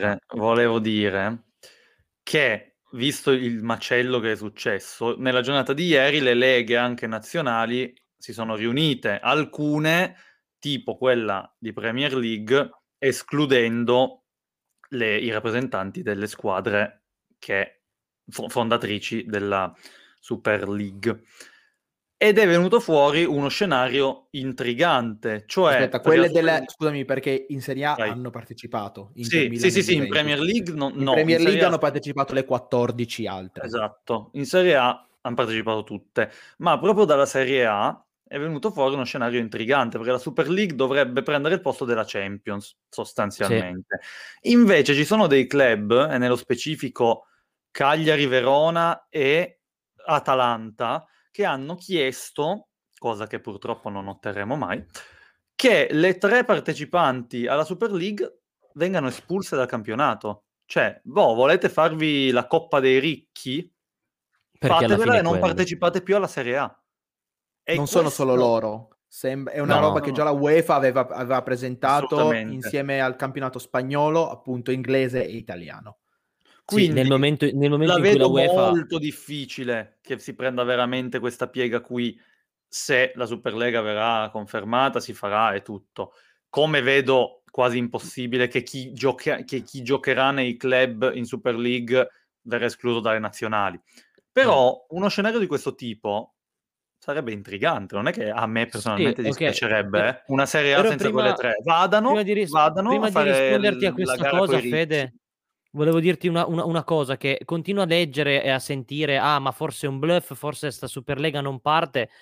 dire che visto il macello che è successo, nella giornata di ieri le leghe anche nazionali si sono riunite, alcune tipo quella di Premier League, escludendo i rappresentanti delle squadre che fondatrici della Super League. Ed è venuto fuori uno scenario intrigante, cioè... Aspetta, quelle scusami, perché in Serie A hanno partecipato. Sì, in Premier League no. In Premier League hanno partecipato le 14 altre. Esatto, in Serie A hanno partecipato tutte, ma proprio dalla Serie A è venuto fuori uno scenario intrigante, perché la Super League dovrebbe prendere il posto della Champions, sostanzialmente. Sì. Invece ci sono dei club, e nello specifico Cagliari, Verona e Atalanta, che hanno chiesto, cosa che purtroppo non otterremo mai, che le 3 partecipanti alla Super League vengano espulse dal campionato. Cioè, volete farvi la Coppa dei Ricchi? Fatevela e non partecipate più alla Serie A. E non sono solo loro, è una roba che già la UEFA aveva presentato insieme al campionato spagnolo, appunto inglese e italiano. Quindi nel momento in cui vedo la UEFA... molto difficile che si prenda veramente questa piega qui. Se la Superlega verrà confermata si farà e tutto. Come vedo quasi impossibile che chi giocherà nei club in Super League verrà escluso dalle nazionali. Però uno scenario di questo tipo sarebbe intrigante, non è che a me personalmente dispiacerebbe una Serie A senza quelle 3. Vadano prima di risponderti a questa cosa, Fede, volevo dirti una cosa, che continuo a leggere e a sentire ma forse è un bluff, forse sta Superlega non parte,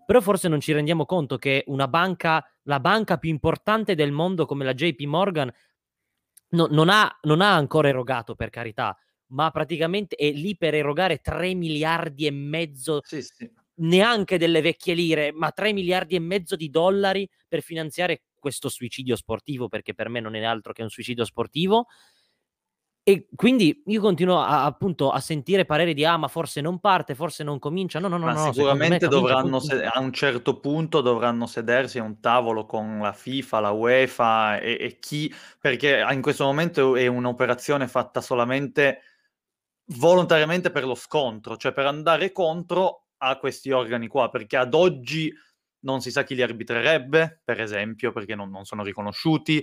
però forse non ci rendiamo conto che la banca più importante del mondo come la JP Morgan non ha ancora erogato, per carità, ma praticamente è lì per erogare 3 miliardi e mezzo, Sì, sì. neanche delle vecchie lire, ma 3 miliardi e mezzo di dollari per finanziare questo suicidio sportivo, perché per me non è altro che un suicidio sportivo. E quindi io continuo appunto a sentire pareri di ma forse non parte, forse non comincia. No, Ma secondo me sicuramente comincia. a un certo punto dovranno sedersi a un tavolo con la FIFA, la UEFA e chi, perché in questo momento è un'operazione fatta solamente volontariamente per lo scontro, cioè per andare contro a questi organi qua, perché ad oggi non si sa chi li arbitrerebbe, per esempio, perché non sono riconosciuti,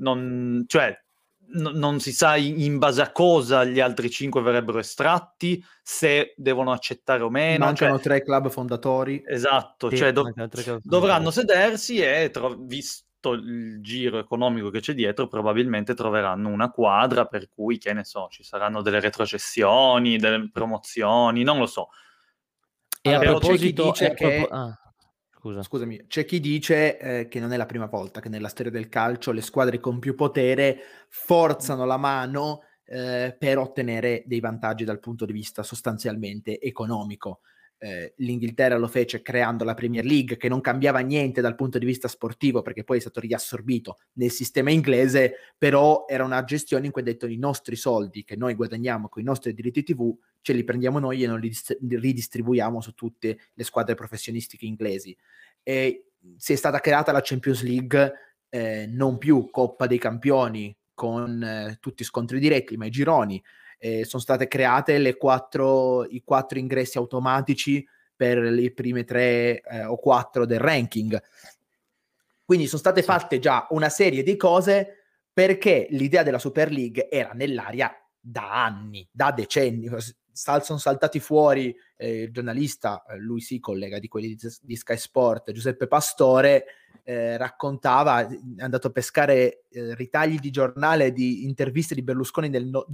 cioè non si sa in base a cosa gli altri 5 verrebbero estratti, se devono accettare o meno. Mancano 3 club fondatori. Esatto, Sì, cioè mancano 3 club dovranno fondatori. sedersi e visto il giro economico che c'è dietro, probabilmente troveranno una quadra per cui, che ne so, ci saranno delle retrocessioni, delle promozioni, non lo so. E a Allora, c'è chi proposito, dice che scusa. Scusami, c'è chi dice che non è la prima volta che nella storia del calcio le squadre con più potere forzano la mano per ottenere dei vantaggi dal punto di vista sostanzialmente economico. L'Inghilterra lo fece creando la Premier League, che non cambiava niente dal punto di vista sportivo, perché poi è stato riassorbito nel sistema inglese, però era una gestione in cui ha detto i nostri soldi che noi guadagniamo con i nostri diritti TV ce li prendiamo noi e non li ridistribuiamo su tutte le squadre professionistiche inglesi. Si è stata creata la Champions League, non più Coppa dei Campioni con tutti scontri diretti, ma i gironi. Sono state create i 4 ingressi automatici per le prime 3 o 4 del ranking. Quindi sono state fatte già una serie di cose, perché l'idea della Super League era nell'aria da anni, da decenni. Sono saltati fuori il giornalista, lui sì, collega di quelli di Sky Sport, Giuseppe Pastore, raccontava, è andato a pescare ritagli di giornale di interviste di Berlusconi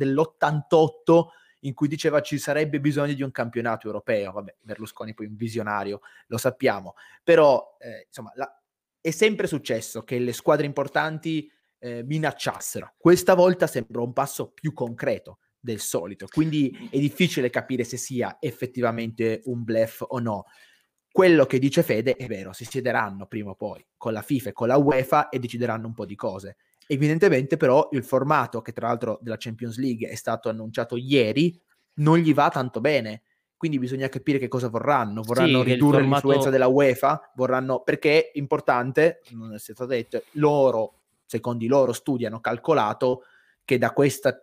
dell'88, in cui diceva ci sarebbe bisogno di un campionato europeo. Vabbè, Berlusconi poi un visionario, lo sappiamo, però insomma è sempre successo che le squadre importanti minacciassero. Questa volta sembra un passo più concreto del solito, quindi è difficile capire se sia effettivamente un bluff o no. Quello che dice Fede è vero, si siederanno prima o poi con la FIFA e con la UEFA e decideranno un po' di cose. Evidentemente però il formato, che tra l'altro della Champions League è stato annunciato ieri, non gli va tanto bene, quindi bisogna capire che cosa vorranno. Vorranno ridurre l'influenza della UEFA, perché è importante, non è stato detto, secondo i loro studi hanno calcolato che da questa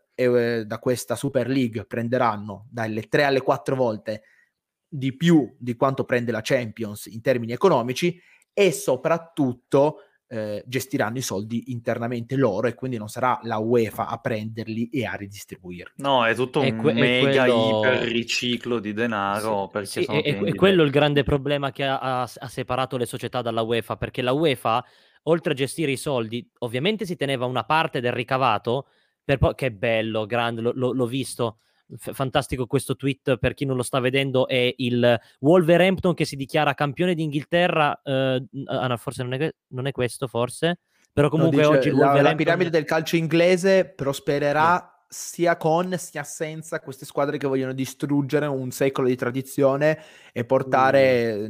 Super League prenderanno dalle 3 alle 4 volte di più di quanto prende la Champions in termini economici, e soprattutto gestiranno i soldi internamente loro, e quindi non sarà la UEFA a prenderli e a ridistribuirli. No, è tutto un mega iper riciclo di denaro, perché sono pieni di quello il grande problema che ha separato le società dalla UEFA, perché la UEFA, oltre a gestire i soldi, ovviamente si teneva una parte del ricavato, che bello, grande, l'ho visto, fantastico questo tweet, per chi non lo sta vedendo, è il Wolverhampton che si dichiara campione d'Inghilterra, no, forse non è questo, forse, però comunque oggi il Wolverhampton... La piramide del calcio inglese prospererà sia con sia senza queste squadre che vogliono distruggere un secolo di tradizione e portare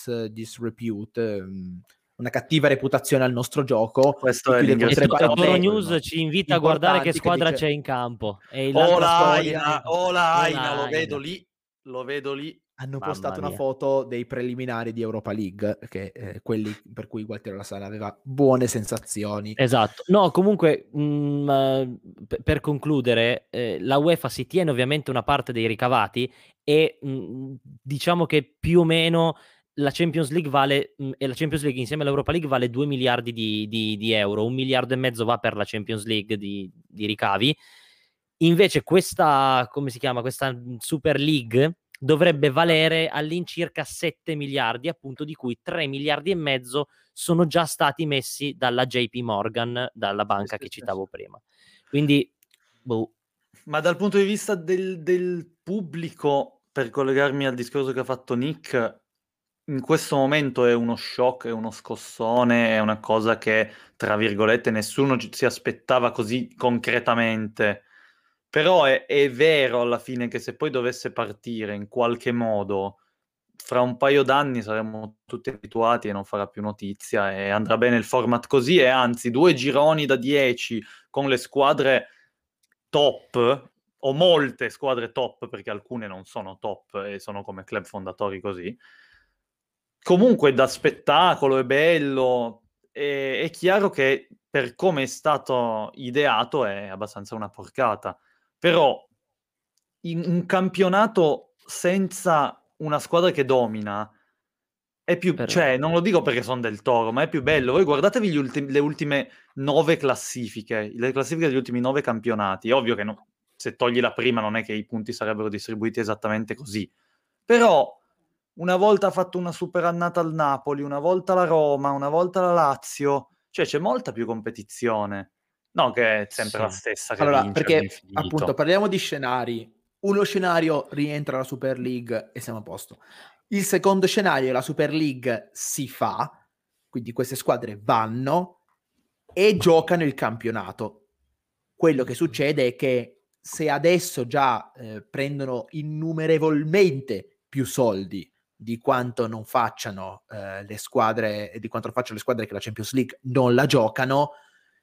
disrepute, una cattiva reputazione al nostro gioco. Questo è l'ingresso. Toro News ci invita a guardare che squadra c'è in campo. Aina, lo vedo lì. Hanno postato una foto dei preliminari di Europa League, che quelli per cui Gualtiero La Sala aveva buone sensazioni. Esatto. No, comunque, per concludere, la UEFA si tiene ovviamente una parte dei ricavati e diciamo che più o meno la Champions League vale, e la Champions League insieme all'Europa League vale 2 miliardi di euro, 1,5 miliardi va per la Champions League di ricavi. Invece questa, come si chiama, questa Super League dovrebbe valere all'incirca 7 miliardi, appunto, di cui 3 miliardi e mezzo sono già stati messi dalla JP Morgan, dalla banca che citavo prima. Quindi, Ma dal punto di vista del pubblico, per collegarmi al discorso che ha fatto Nick, in questo momento è uno shock, è uno scossone, è una cosa che, tra virgolette, nessuno si aspettava così concretamente. Però è vero alla fine che se poi dovesse partire in qualche modo, fra un paio d'anni saremo tutti abituati e non farà più notizia e andrà bene il format così, e anzi 2 gironi da 10 con le squadre top, o molte squadre top, perché alcune non sono top e sono come club fondatori così. Comunque da spettacolo, è bello, è chiaro che per come è stato ideato è abbastanza una porcata, però in un campionato senza una squadra che domina è più, Però- cioè, non lo dico perché sono del Toro, ma è più bello. Voi guardatevi le ultime 9 classifiche, le classifiche degli ultimi 9 campionati. È ovvio che se togli la prima non è che i punti sarebbero distribuiti esattamente così, però una volta ha fatto una super annata al Napoli, una volta la Roma, una volta la Lazio, cioè c'è molta più competizione, no che è sempre Sì. la stessa che Allora, vince perché all'infinito. appunto parliamo di scenari. Uno scenario rientra la Super League e siamo a posto. Il secondo scenario, la Super League si fa, quindi queste squadre vanno e giocano il campionato. Quello che succede è che se adesso già prendono innumerevolmente più soldi di quanto non facciano le squadre, di quanto facciano le squadre che la Champions League non la giocano,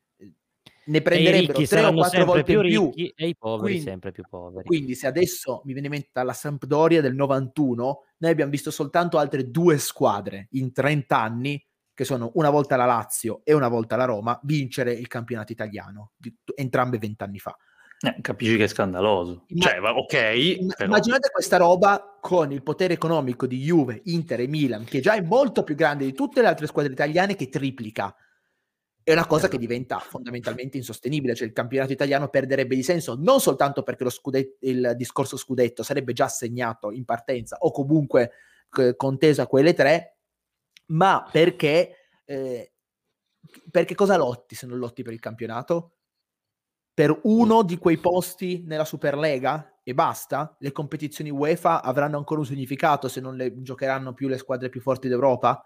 ne E i prenderebbero ricchi 3 o saranno 4 sempre volte più in più. ricchi e i poveri Quindi, sempre più poveri. quindi se adesso mi viene in mente la Sampdoria del 91, noi abbiamo visto soltanto altre 2 squadre in 30 anni, che sono una volta la Lazio e una volta la Roma, vincere il campionato italiano, entrambe 20 anni fa. Capisci che è scandaloso. Cioè, ok, però... Immaginate questa roba con il potere economico di Juve, Inter e Milan, che già è molto più grande di tutte le altre squadre italiane, che triplica. È una cosa che diventa fondamentalmente insostenibile, cioè il campionato italiano perderebbe di senso, non soltanto perché il discorso scudetto sarebbe già assegnato in partenza o comunque conteso a quelle 3, ma perché cosa lotti se non lotti per il campionato? Per uno di quei posti nella Superlega e basta? Le competizioni UEFA avranno ancora un significato se non le giocheranno più le squadre più forti d'Europa?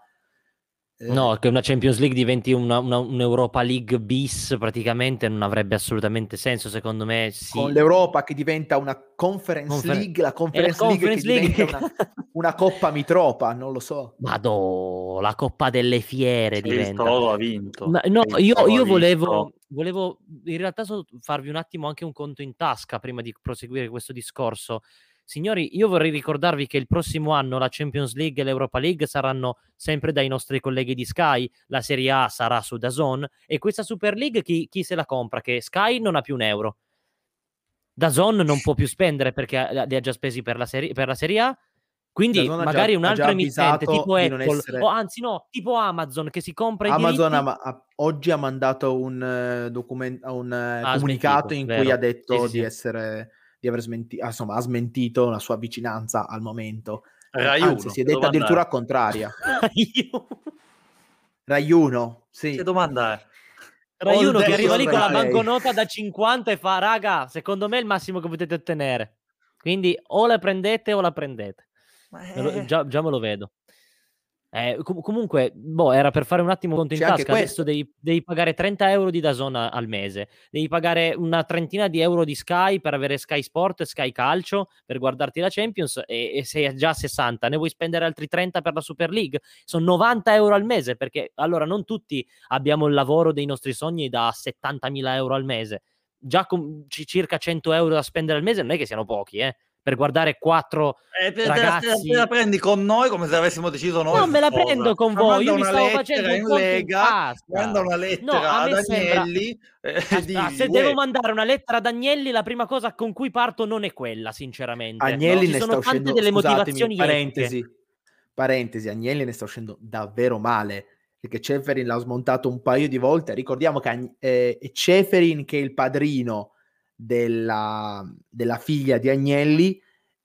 No, che una Champions League diventi un'Europa League bis praticamente non avrebbe assolutamente senso, secondo me. Con l'Europa che diventa una Conference League, la E la Conference League che Conference League diventa una Coppa Mitropa, non lo so. Madò, la Coppa delle Fiere Se il diventa. Toro ha vinto. Ma, no, Se il Toro io ha vinto. volevo in realtà farvi un attimo anche un conto in tasca prima di proseguire questo discorso. Signori, io vorrei ricordarvi che il prossimo anno la Champions League e l'Europa League saranno sempre dai nostri colleghi di Sky, la Serie A sarà su DAZN e questa Super League chi se la compra? Che Sky non ha più un euro. DAZN non può più spendere perché li ha già spesi per la Serie A. Quindi DAZN magari un ha altro già emittente avvisato tipo di non Apple, essere... o anzi no, tipo Amazon che si compra i Amazon diritti. oggi ha mandato un comunicato Smentito, in cui vero. ha detto Sì. di aver smentito, insomma, ha smentito la sua vicinanza al momento. Rai Anzi, 1, si è che detta domanda addirittura è? contraria. Io. Rai 1, sì. Che domanda è? Rai 1 che All arriva day lì con la Rai Play. banconota da 50 e fa, raga, secondo me è il massimo che potete ottenere. Quindi o la prendete o la prendete. Già me lo vedo. Comunque, era per fare un attimo conto in C'è anche tasca. Adesso questo. devi pagare 30 euro di DAZN al mese, devi pagare una trentina di euro di Sky per avere Sky Sport e Sky Calcio per guardarti la Champions e sei già a 60. Ne vuoi spendere altri 30 per la Super League? Sono 90 euro al mese, perché allora non tutti abbiamo il lavoro dei nostri sogni da 70.000 euro al mese. Già con circa 100 euro da spendere al mese non è che siano pochi, per guardare 4 ragazzi. Te la prendi con noi come se avessimo deciso noi. Non me la prendo con voi, io mi stavo facendo un conto in tasca. Manda una lettera ad Agnelli. Se devo mandare una lettera ad Agnelli, la prima cosa con cui parto non è quella, sinceramente. Agnelli Ci ne sono sta tante uscendo, delle scusatemi, motivazioni parentesi, Agnelli ne sta uscendo davvero male, perché Ceferin l'ha smontato un paio di volte. Ricordiamo che è Ceferin che è il padrino della figlia di Agnelli,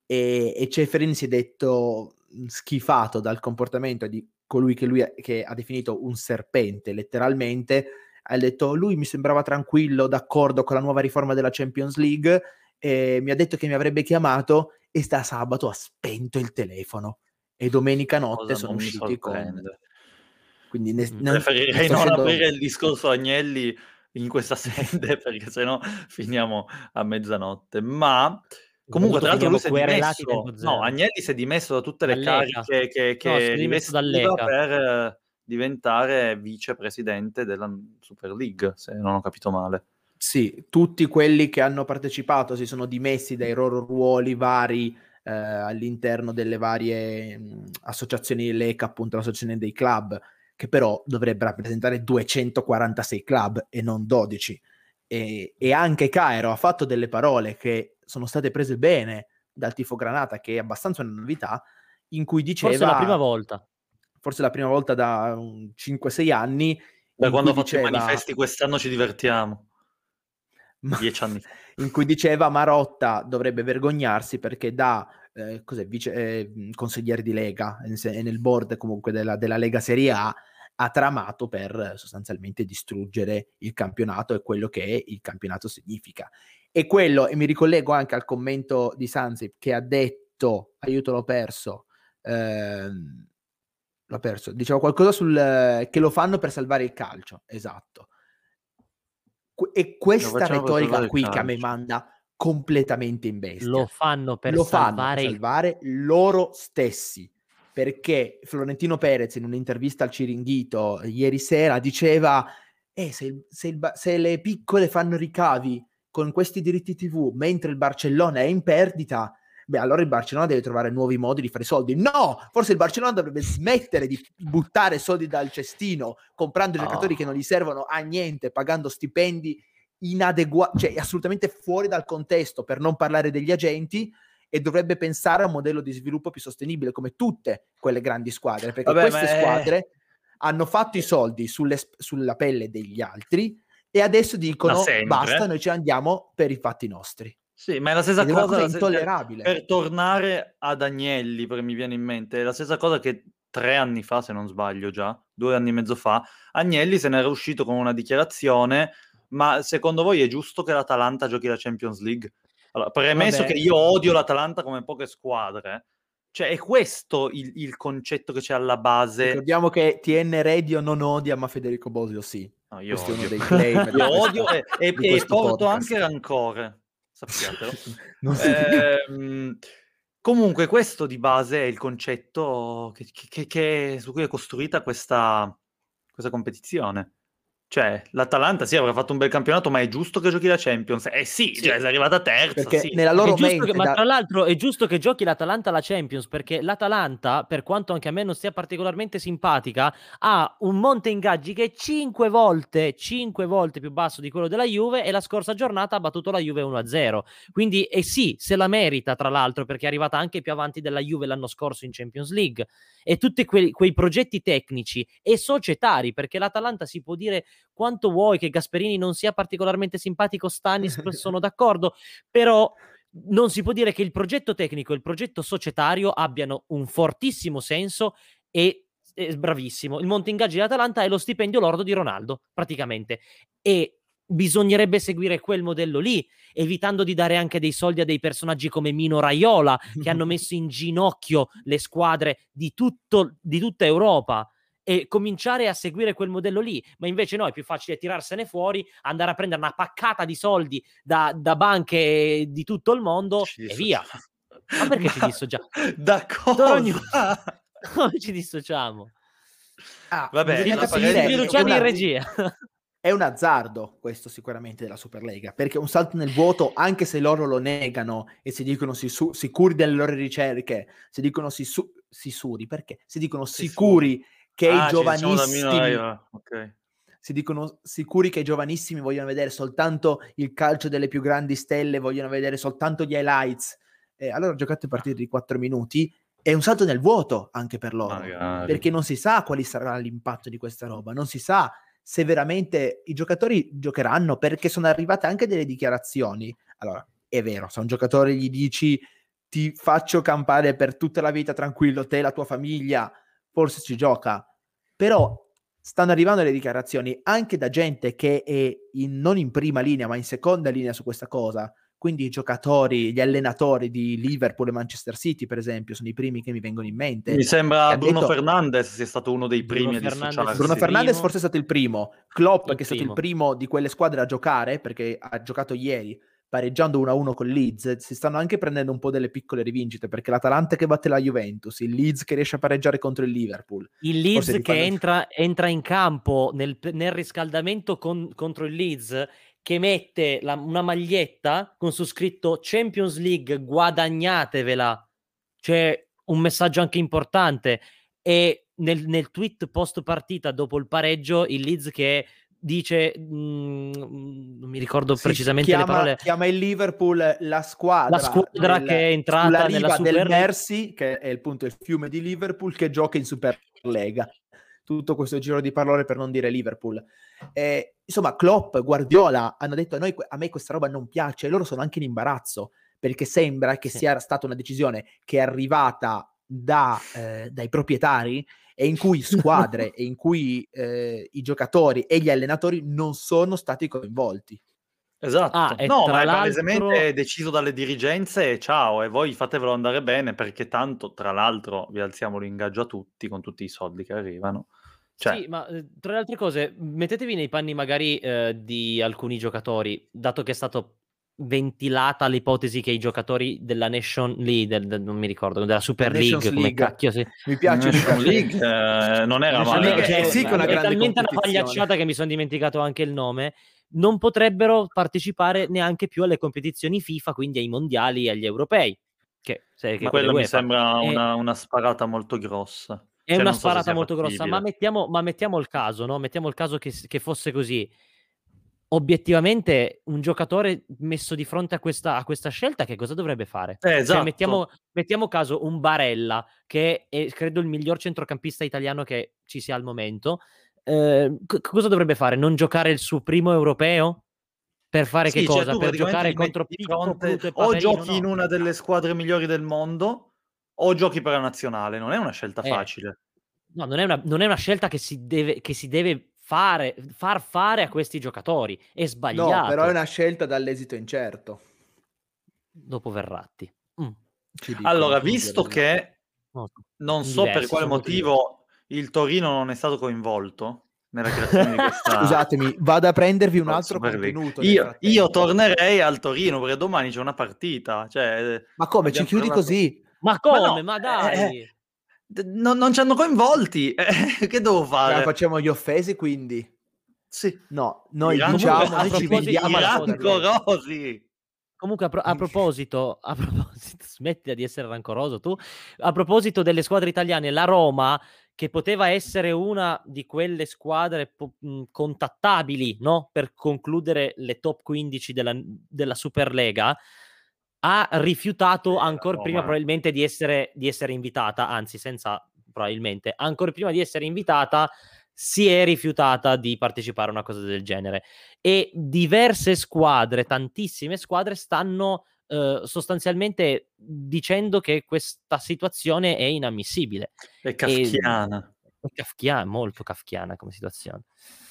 e Ceferin si è detto schifato dal comportamento di colui che ha definito un serpente, letteralmente. Ha detto, lui mi sembrava tranquillo, d'accordo con la nuova riforma della Champions League, mi ha detto che mi avrebbe chiamato e sta sabato ha spento il telefono. e domenica notte Cosa sono non mi usciti con... sorprende. Quindi Preferirei sto non scendendo- aprire il discorso Agnelli in questa sede perché sennò finiamo a mezzanotte. Ma comunque, Soprattutto tra l'altro, lui finiamo si è querelati dimesso. tempo No, zero. Agnelli si è dimesso da tutte le Dall'ECA. cariche No, si che è dimesso rivestiva dall'ECA. per diventare vicepresidente della Super League, se non ho capito male. Sì, tutti quelli che hanno partecipato si sono dimessi dai loro ruoli vari all'interno delle varie associazioni l'ECA, appunto l'associazione dei club, che però dovrebbe rappresentare 246 club e non 12. E anche Cairo ha fatto delle parole che sono state prese bene dal tifo Granata, che è abbastanza una novità, in cui diceva... Forse è la prima volta. Forse la prima volta da 5-6 anni, Da in quando cui ho fatto i diceva... manifesti quest'anno ci divertiamo. 10 anni fa. In cui diceva Marotta dovrebbe vergognarsi perché da consigliere di Lega e nel board comunque della Lega Serie A ha tramato per sostanzialmente distruggere il campionato e quello che il campionato significa. E quello, e mi ricollego anche al commento di Sansip che ha detto, aiuto l'ho perso, diceva qualcosa che lo fanno per salvare il calcio, esatto. E Lo questa facciamo per salvare retorica il qui che a me calcio. manda completamente in bestia. Lo fanno per Lo fanno per salvare salvare loro stessi, perché Florentino Perez in un'intervista al Ciringhito ieri sera diceva se le piccole fanno ricavi con questi diritti TV mentre il Barcellona è in perdita, beh, allora il Barcellona deve trovare nuovi modi di fare soldi. No, forse il Barcellona dovrebbe smettere di buttare soldi dal cestino, comprando giocatori che non gli servono a niente, pagando stipendi inadeguati, cioè assolutamente fuori dal contesto, per non parlare degli agenti, e dovrebbe pensare a un modello di sviluppo più sostenibile, come tutte quelle grandi squadre, perché queste squadre hanno fatto i soldi sulla pelle degli altri e adesso dicono basta, noi ci andiamo per i fatti nostri. Sì, ma è la stessa Ed è una cosa, cosa intollerabile. per tornare ad Agnelli, perché mi viene in mente, è la stessa cosa che 3 anni fa, se non sbaglio già, 2 anni e mezzo fa, Agnelli se n'era uscito con una dichiarazione: ma secondo voi è giusto che l'Atalanta giochi la Champions League? Allora, premesso che io odio l'Atalanta come poche squadre, cioè è questo il concetto che c'è alla base. Ricordiamo che TN Radio non odia, ma Federico Bosio sì. No, io questo odio. è uno dei claim Io odio e porto podcast. anche rancore, sappiatelo. Non Comunque questo di base è il concetto su cui è costruita questa competizione. Cioè, l'Atalanta sì avrà fatto un bel campionato, ma è giusto che giochi la Champions? Sì, Sì. cioè, è arrivata terza, perché sì. nella loro È giusto mente ma tra l'altro è giusto che giochi l'Atalanta alla Champions, perché l'Atalanta, per quanto anche a me non sia particolarmente simpatica, ha un monte ingaggi che è 5 volte più basso di quello della Juve, e la scorsa giornata ha battuto la Juve 1-0. Quindi sì, se la merita, tra l'altro, perché è arrivata anche più avanti della Juve l'anno scorso in Champions League. E tutti quei progetti tecnici e societari, perché l'Atalanta, si può dire quanto vuoi che Gasperini non sia particolarmente simpatico, Stanis, sono d'accordo, però non si può dire che il progetto tecnico e il progetto societario abbiano un fortissimo senso e bravissimo. Il monte ingaggi dell'Atalanta è lo stipendio lordo di Ronaldo, praticamente, e bisognerebbe seguire quel modello lì, evitando di dare anche dei soldi a dei personaggi come Mino Raiola, che hanno messo in ginocchio le squadre di tutta Europa, e cominciare a seguire quel modello lì. Ma invece no, è più facile tirarsene fuori, andare a prendere una paccata di soldi da banche di tutto il mondo e via. Ma perché ci dissociamo? Da cosa? Come ci dissociamo? Vabbè, bisogna capire capire Luciani in regia. È un azzardo questo sicuramente della Superlega, perché un salto nel vuoto, anche se loro lo negano e si dicono sicuri delle loro ricerche, si dicono sicuri, perché? Si dicono sicuri che i giovanissimi okay. Si dicono sicuri che i giovanissimi vogliono vedere soltanto il calcio delle più grandi stelle, vogliono vedere soltanto gli highlights. Allora giocate partite di 4 minuti, è un salto nel vuoto anche per loro, perché non si sa quale sarà l'impatto di questa roba, non si sa se veramente i giocatori giocheranno, perché sono arrivate anche delle dichiarazioni. Allora, è vero, se a un giocatore gli dici ti faccio campare per tutta la vita tranquillo, te e la tua famiglia, forse ci gioca, però stanno arrivando le dichiarazioni anche da gente che è non in prima linea ma in seconda linea su questa cosa, quindi i giocatori, gli allenatori di Liverpool e Manchester City, per esempio, sono i primi che mi vengono in mente. Mi sembra Bruno detto, Fernandes sia stato uno dei Bruno primi a Fernandes dissociarsi. Bruno Fernandes forse è stato il primo, Klopp Il che è stato il primo. primo di quelle squadre a giocare, perché ha giocato ieri pareggiando 1-1 con Leeds. Si stanno anche prendendo un po' delle piccole rivincite, perché l'Atalanta che batte la Juventus, il Leeds che riesce a pareggiare contro il Liverpool, il Leeds che entra in campo nel riscaldamento contro il Leeds, che mette una maglietta con su scritto Champions League, guadagnatevela. C'è un messaggio anche importante. E nel tweet post partita dopo il pareggio, il Leeds che dice non mi ricordo precisamente le parole, chiama il Liverpool la squadra che è entrata sulla nella riva Super del League, Mersey, che è appunto il fiume di Liverpool, che gioca in Superlega. Tutto questo giro di parole per non dire Liverpool. Insomma, Klopp, Guardiola hanno detto a me questa roba non piace, e loro sono anche in imbarazzo, perché sembra che sia stata una decisione che è arrivata dai proprietari, e in cui squadre e in cui i giocatori e gli allenatori non sono stati coinvolti. Esatto. e No, tra ma è l'altro palesemente deciso dalle dirigenze e ciao, e voi fatevelo andare bene, perché tanto, tra l'altro, vi alziamo l'ingaggio a tutti con tutti i soldi che arrivano. Cioè, sì, ma tra le altre cose, mettetevi nei panni magari di alcuni giocatori, dato che è stato ventilata l'ipotesi che i giocatori della Nation League, non mi ricordo, della Super League, come cacchio si... Mi piace Nation League non era male. sì, che è una è grande talmente una competizione. pagliacciata che mi sono dimenticato anche il nome. Non potrebbero partecipare neanche più alle competizioni FIFA, quindi ai mondiali e agli europei. Ma quello mi sembra una sparata molto grossa. È Cioè, una non so se sparata sia molto grossa, ma mettiamo il caso, no? Mettiamo il caso che fosse così. Obiettivamente, un giocatore messo di fronte a questa scelta, che cosa dovrebbe fare? Esatto. Cioè, mettiamo caso un Barella, che è credo il miglior centrocampista italiano che ci sia al momento. Cosa dovrebbe fare? Non giocare il suo primo europeo? Per fare che cosa? Tu Per giocare contro Pippo, Pluto e o Paperino? giochi in una delle squadre migliori del mondo, o giochi per la nazionale. Non è una scelta facile. No, non è una scelta che si deve far fare a questi giocatori. È sbagliato. No, però è una scelta dall'esito incerto. Dopo Verratti. Allora, visto che non so per quale motivo il Torino non è stato coinvolto nella creazione di questa... Scusatemi, vado a prendervi un altro contenuto. Io tornerei al Torino, perché domani c'è una partita. Cioè, ma come, ci chiudi così? Ma come? Ma dai! Non ci hanno coinvolti. Che devo fare? Facciamo gli offesi, quindi? Sì. No, noi diciamo, noi ci vendiamo alla rancorosi. Comunque a proposito, smettila di essere rancoroso tu. A proposito delle squadre italiane, la Roma, che poteva essere una di quelle squadre contattabili, no? Per concludere le top 15 della Superlega, ha rifiutato ancora prima probabilmente di essere invitata, anzi senza probabilmente, ancora prima di essere invitata si è rifiutata di partecipare a una cosa del genere, e diverse squadre, tantissime squadre stanno sostanzialmente dicendo che questa situazione è inammissibile. È kafkiana. È molto kafkiana come situazione.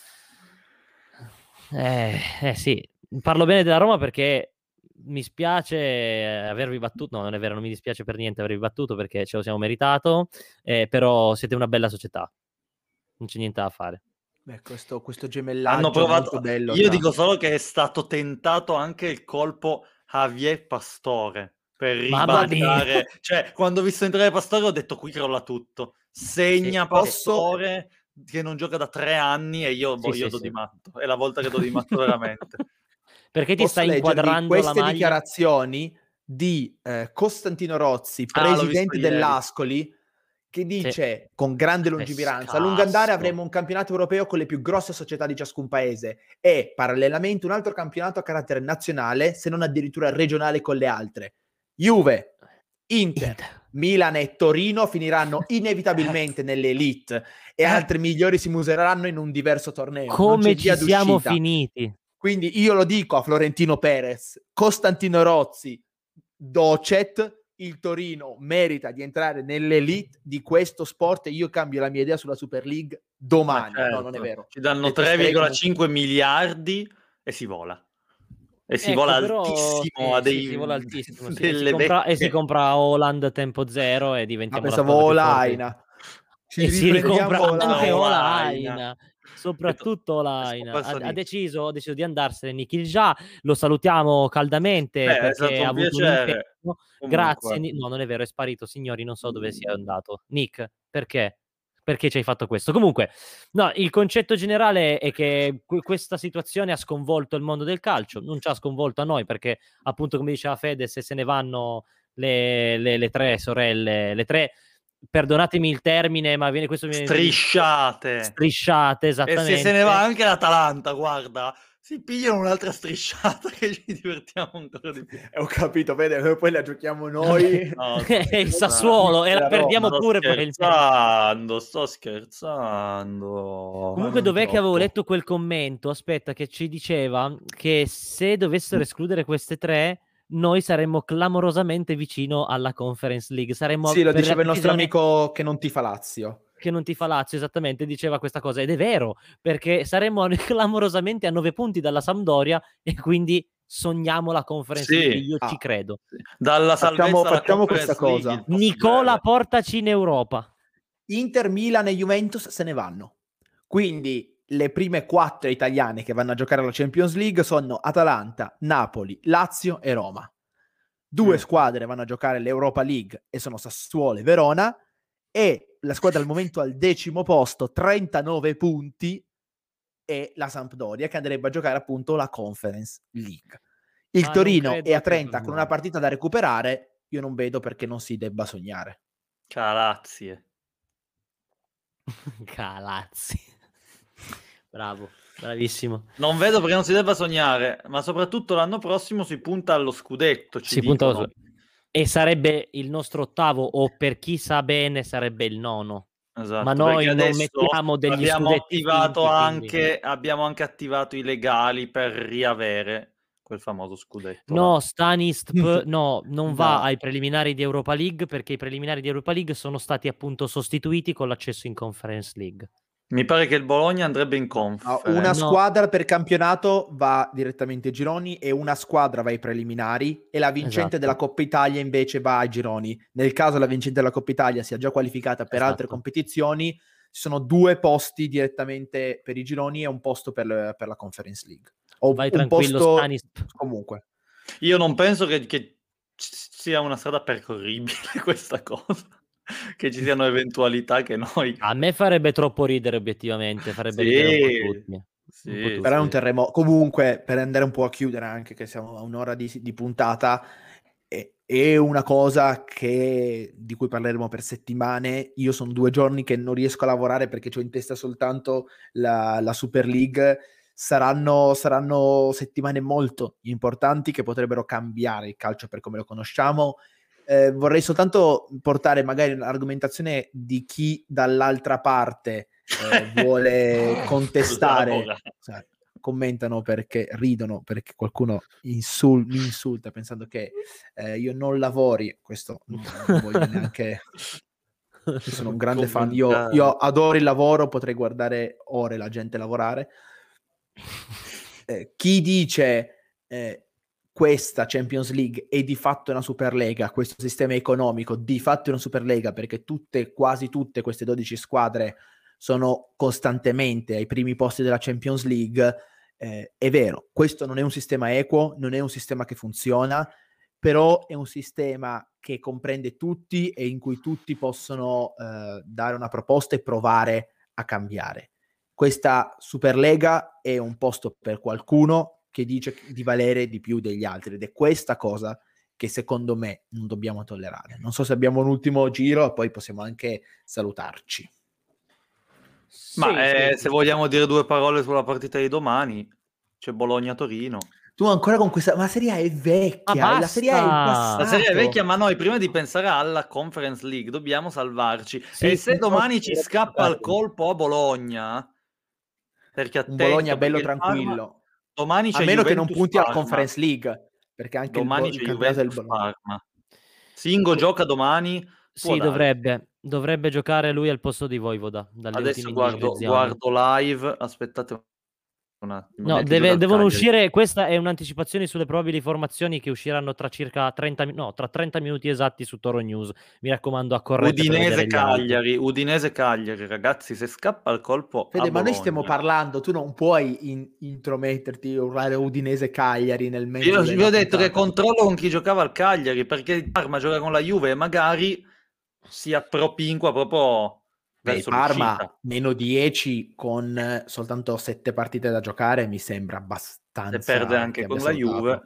Sì, parlo bene della Roma perché mi spiace avervi battuto, no, non è vero, non mi dispiace per niente avervi battuto, perché ce lo siamo meritato, però siete una bella società, non c'è niente da fare. Beh, questo gemellaggio hanno provato, molto bello. Io dico solo che è stato tentato anche il colpo Javier Pastore per ribaltare. Cioè, quando ho visto entrare Pastore ho detto qui crolla tutto. Segna Pastore che non gioca da 3 anni e io do di matto. È la volta che do di matto veramente. Perché ti stai inquadrando queste la maglia? Dichiarazioni di Costantino Rozzi, presidente dell'Ascoli, che dice con grande lungimiranza: a lungo andare avremo un campionato europeo con le più grosse società di ciascun paese e parallelamente un altro campionato a carattere nazionale, se non addirittura regionale, con le altre. Juve, Inter, Milan e Torino finiranno inevitabilmente nelle elite e altri migliori si museranno in un diverso torneo. Come ci siamo finiti? Quindi io lo dico a Florentino Perez, Costantino Rozzi, Docet, il Torino merita di entrare nell'elite di questo sport e io cambio la mia idea sulla Super League domani. No, non è vero. Ci danno 3,5 miliardi e si vola. E si vola però, altissimo a si vola altissimo, sì. E si compra Haaland tempo zero e diventiamo la pensavo squadra più forte. Olaina. E si ricompra anche Olaina. Olaina, soprattutto Olaina. Scoperto Ha deciso di andarsene Nikhil Jah, lo salutiamo caldamente è perché stato un ha avuto un piacere. impegno. Comunque. Grazie. No, non è vero, è sparito, signori, non so dove sia andato. Nick, perché? Perché ci hai fatto questo? Comunque, no, il concetto generale è che questa situazione ha sconvolto il mondo del calcio, non ci ha sconvolto a noi perché, appunto, come diceva Fede, se ne vanno le tre sorelle, le tre, perdonatemi il termine, ma questo viene strisciate, esattamente. E se ne va anche l'Atalanta, guarda, si pigliano un'altra strisciata che ci divertiamo ancora di più. Ho capito, vede, poi la giochiamo noi. No, il Sassuolo e la perdiamo pure. Sto scherzando. Comunque, dov'è che avevo letto quel commento? Aspetta, che ci diceva che se dovessero escludere queste tre, noi saremmo clamorosamente vicino alla Conference League. Saremmo, sì, lo diceva il nostro amico che non tifa Lazio. Che non tifa Lazio, esattamente, diceva questa cosa. Ed è vero, perché saremmo clamorosamente a 9 punti dalla Sampdoria e quindi sogniamo la Conference League. Io ci credo. Dalla salvezza facciamo questa cosa. Nicola, portaci in Europa. Inter, Milan e Juventus se ne vanno. Quindi le prime 4 italiane che vanno a giocare alla Champions League sono Atalanta, Napoli, Lazio e Roma. 2 squadre vanno a giocare l'Europa League e sono Sassuolo e Verona, e la squadra al momento al 10° posto, 39 punti, è la Sampdoria, che andrebbe a giocare appunto la Conference League. Il Torino è a 30 con una partita da recuperare. Io non vedo perché non si debba sognare. Calazzi. Bravo, bravissimo. Non vedo perché non si debba sognare, ma soprattutto l'anno prossimo si punta allo scudetto. E sarebbe il nostro 8º, o per chi sa bene sarebbe il 9. Esatto, ma noi non mettiamo degli scudetti finti, abbiamo anche attivato i legali per riavere quel famoso scudetto. No, Stanist non va ai preliminari di Europa League, perché i preliminari di Europa League sono stati appunto sostituiti con l'accesso in Conference League. Mi pare che il Bologna andrebbe in Conference. Una squadra per campionato va direttamente ai gironi e una squadra va ai preliminari, e la vincente della Coppa Italia invece va ai gironi. Nel caso la vincente della Coppa Italia sia già qualificata per altre competizioni, ci sono 2 posti direttamente per i gironi e un posto per la Conference League. Vai tranquillo, Stanis. Comunque io non penso che sia una strada percorribile questa cosa, che ci siano eventualità che noi... A me farebbe troppo ridere, obiettivamente, farebbe ridere un po' tutti. Sì, però è un terremoto. Comunque, per andare un po' a chiudere, anche che siamo a un'ora di puntata, è una cosa di cui parleremo per settimane. Io sono 2 giorni che non riesco a lavorare perché ho in testa soltanto la Super League. Saranno settimane molto importanti che potrebbero cambiare il calcio per come lo conosciamo. Vorrei soltanto portare magari un'argomentazione di chi dall'altra parte vuole contestare. Commentano perché ridono, perché qualcuno mi insulta pensando che io non lavori. Questo non voglio neanche. Io sono un grande fan, io adoro il lavoro, potrei guardare ore la gente lavorare. Chi dice questa Champions League è di fatto una Superlega, questo sistema economico di fatto è una Superlega, perché quasi tutte queste 12 squadre sono costantemente ai primi posti della Champions League, è vero, questo non è un sistema equo, non è un sistema che funziona, però è un sistema che comprende tutti e in cui tutti possono dare una proposta e provare a cambiare. Questa Superlega è un posto per qualcuno che dice di valere di più degli altri, ed è questa cosa che secondo me non dobbiamo tollerare. Non so se abbiamo un ultimo giro e poi possiamo anche salutarci. Se vogliamo dire 2 parole sulla partita di domani, c'è Bologna-Torino. Tu ancora con questa... Ma la Serie A è vecchia, la Serie A è il passato. La Serie A è vecchia, ma noi prima di pensare alla Conference League dobbiamo salvarci. E se domani ci scappa il colpo a Bologna, perché un Bologna bello tranquillo, domani c'è a meno Juventus, che non punti alla Conference League, perché anche domani c'è Juventus del Parma. Singo gioca domani. Sì, dovrebbe giocare lui al posto di Voivoda. Adesso guardo live, aspettate No, devono uscire. Questa è un'anticipazione sulle probabili formazioni che usciranno tra circa 30 minuti esatti su Toro News. Mi raccomando, a correre. Udinese-Cagliari, ragazzi, se scappa il colpo. Fede, ma noi stiamo parlando, tu non puoi intrometterti e urlare Udinese-Cagliari nel mezzo. Io vi ho detto che controllo con chi giocava al Cagliari, perché il Parma gioca con la Juve e magari si appropinqua proprio. Parma meno 10 con soltanto 7 partite da giocare mi sembra abbastanza. Se perde anche con la Juve.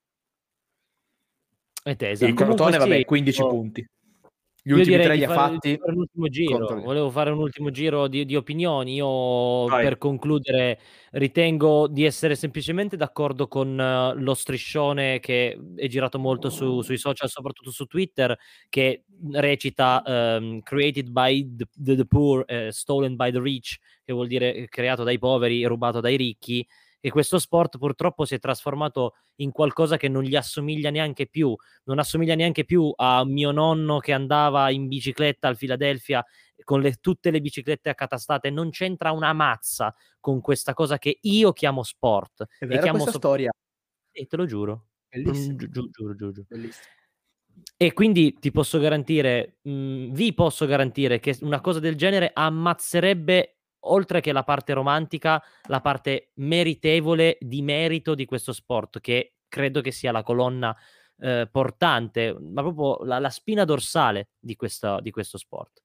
Il Crotone, vabbè, 15 punti. Gli ultimi 3 li ha fatti. Volevo fare un ultimo giro di opinioni. Io per concludere ritengo di essere semplicemente d'accordo con lo striscione che è girato molto sui social, soprattutto su Twitter, che recita created by the poor, stolen by the rich, che vuol dire creato dai poveri, rubato dai ricchi. E questo sport purtroppo si è trasformato in qualcosa che non gli assomiglia neanche più. Non assomiglia neanche più a mio nonno che andava in bicicletta al Philadelphia con tutte le biciclette accatastate. Non c'entra una mazza con questa cosa che io chiamo sport. È vera questa storia? E te lo giuro. Bellissimo. Giuro. Bellissimo. E quindi ti posso garantire, vi posso garantire che una cosa del genere ammazzerebbe, oltre che la parte romantica, la parte meritevole di merito di questo sport, che credo che sia la colonna portante, ma proprio la spina dorsale di questo sport.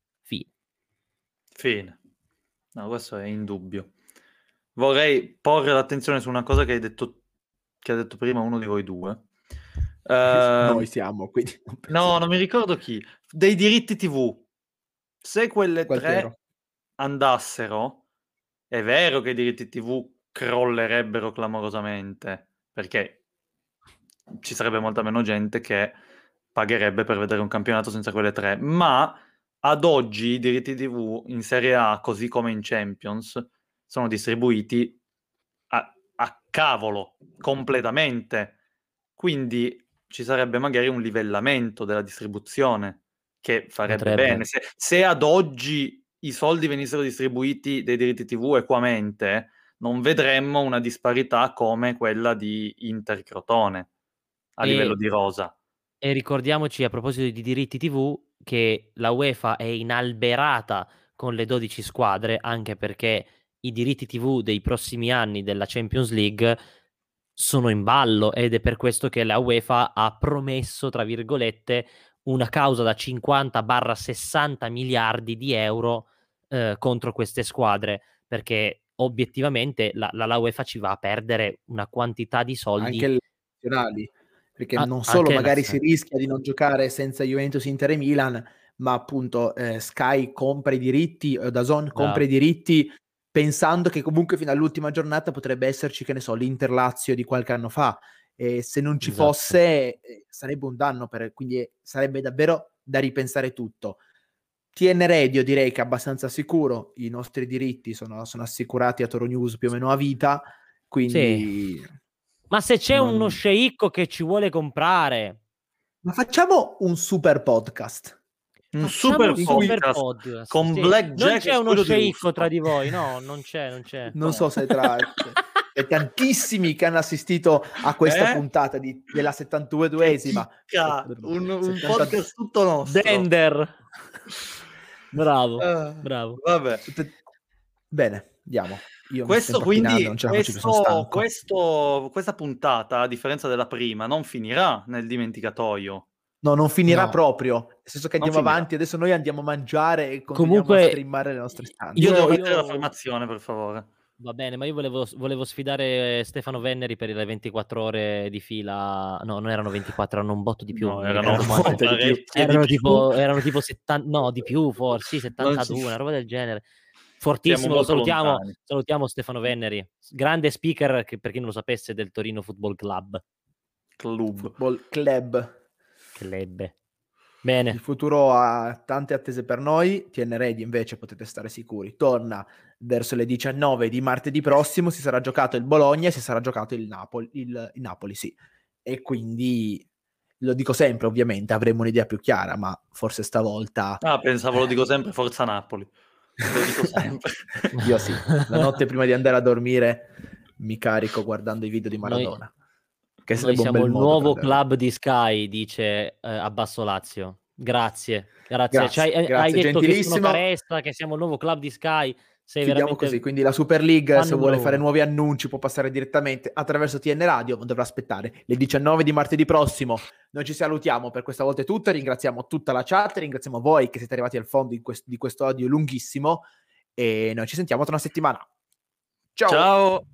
Fine. No, questo è indubbio. Vorrei porre l'attenzione su una cosa che ha detto prima uno di voi due. Noi siamo, quindi non mi ricordo chi. Dei diritti TV. Se quelle tre andassero, è vero che i diritti TV crollerebbero clamorosamente, perché ci sarebbe molta meno gente che pagherebbe per vedere un campionato senza quelle tre, ma ad oggi i diritti TV in Serie A, così come in Champions, sono distribuiti a cavolo, completamente. Quindi ci sarebbe magari un livellamento della distribuzione che farebbe bene. Se ad oggi i soldi venissero distribuiti dei diritti TV equamente, non vedremmo una disparità come quella di Inter-Crotone a livello di rosa. E ricordiamoci, a proposito di diritti TV, che la UEFA è inalberata con le 12 squadre, anche perché i diritti TV dei prossimi anni della Champions League sono in ballo, ed è per questo che la UEFA ha promesso, tra virgolette, una causa da 50-60 miliardi di euro contro queste squadre, perché obiettivamente la UEFA ci va a perdere una quantità di soldi. Anche le nazionali, perché non solo magari si rischia di non giocare senza Juventus, Inter e Milan, ma appunto Sky compra i diritti, DAZN compra i diritti pensando che comunque fino all'ultima giornata potrebbe esserci, che ne so, l'Inter-Lazio di qualche anno fa, e se non ci fosse sarebbe un danno, quindi sarebbe davvero da ripensare tutto. TN Radio direi che è abbastanza sicuro, i nostri diritti sono assicurati a Toro News più o meno a vita, quindi... Sì. Ma se c'è uno sceicco che ci vuole comprare... Ma facciamo un super podcast. Un super podcast con Blackjack. Non c'è uno sceicco tra di voi, no, non c'è. Non so se tra tantissimi che hanno assistito a questa puntata della 72esima. Un podcast tutto nostro. Dender. Bravo. Vabbè. Bene, andiamo. Io questa puntata, a differenza della prima, non finirà nel dimenticatoio. No, non finirà proprio. Nel senso che andiamo avanti, adesso noi andiamo a mangiare e continuiamo a streamare le nostre stanze. Io devo mettere la formazione, per favore. Va bene, ma io volevo sfidare Stefano Venneri per le 24 ore di fila. No, non erano 24, erano un botto di più. No, erano tipo 70, no, di più forse, 72, una roba del genere. Fortissimo, lo salutiamo Stefano Venneri, grande speaker, che per chi non lo sapesse, del Torino Football Club. Football Club. Bene. Il futuro ha tante attese per noi. TN Radio invece, potete stare sicuri, torna verso le 19 di martedì prossimo. Si sarà giocato il Bologna e si sarà giocato il Napoli, sì. E quindi lo dico sempre, ovviamente avremo un'idea più chiara, ma forse stavolta... pensavo lo dico sempre, forza Napoli. Lo dico sempre. Io sì, la notte prima di andare a dormire mi carico guardando i video di Maradona. Noi siamo il nuovo club di Sky, dice Abbasso Lazio. Grazie. Hai detto che sono Caressa, che siamo il nuovo club di Sky. Chiudiamo così, quindi la Super League, se vuole fare nuovi annunci, può passare direttamente attraverso TN Radio, non dovrà aspettare le 19 di martedì prossimo. Noi ci salutiamo, per questa volta è tutto, ringraziamo tutta la chat, ringraziamo voi che siete arrivati al fondo di questo audio lunghissimo e noi ci sentiamo tra una settimana. Ciao!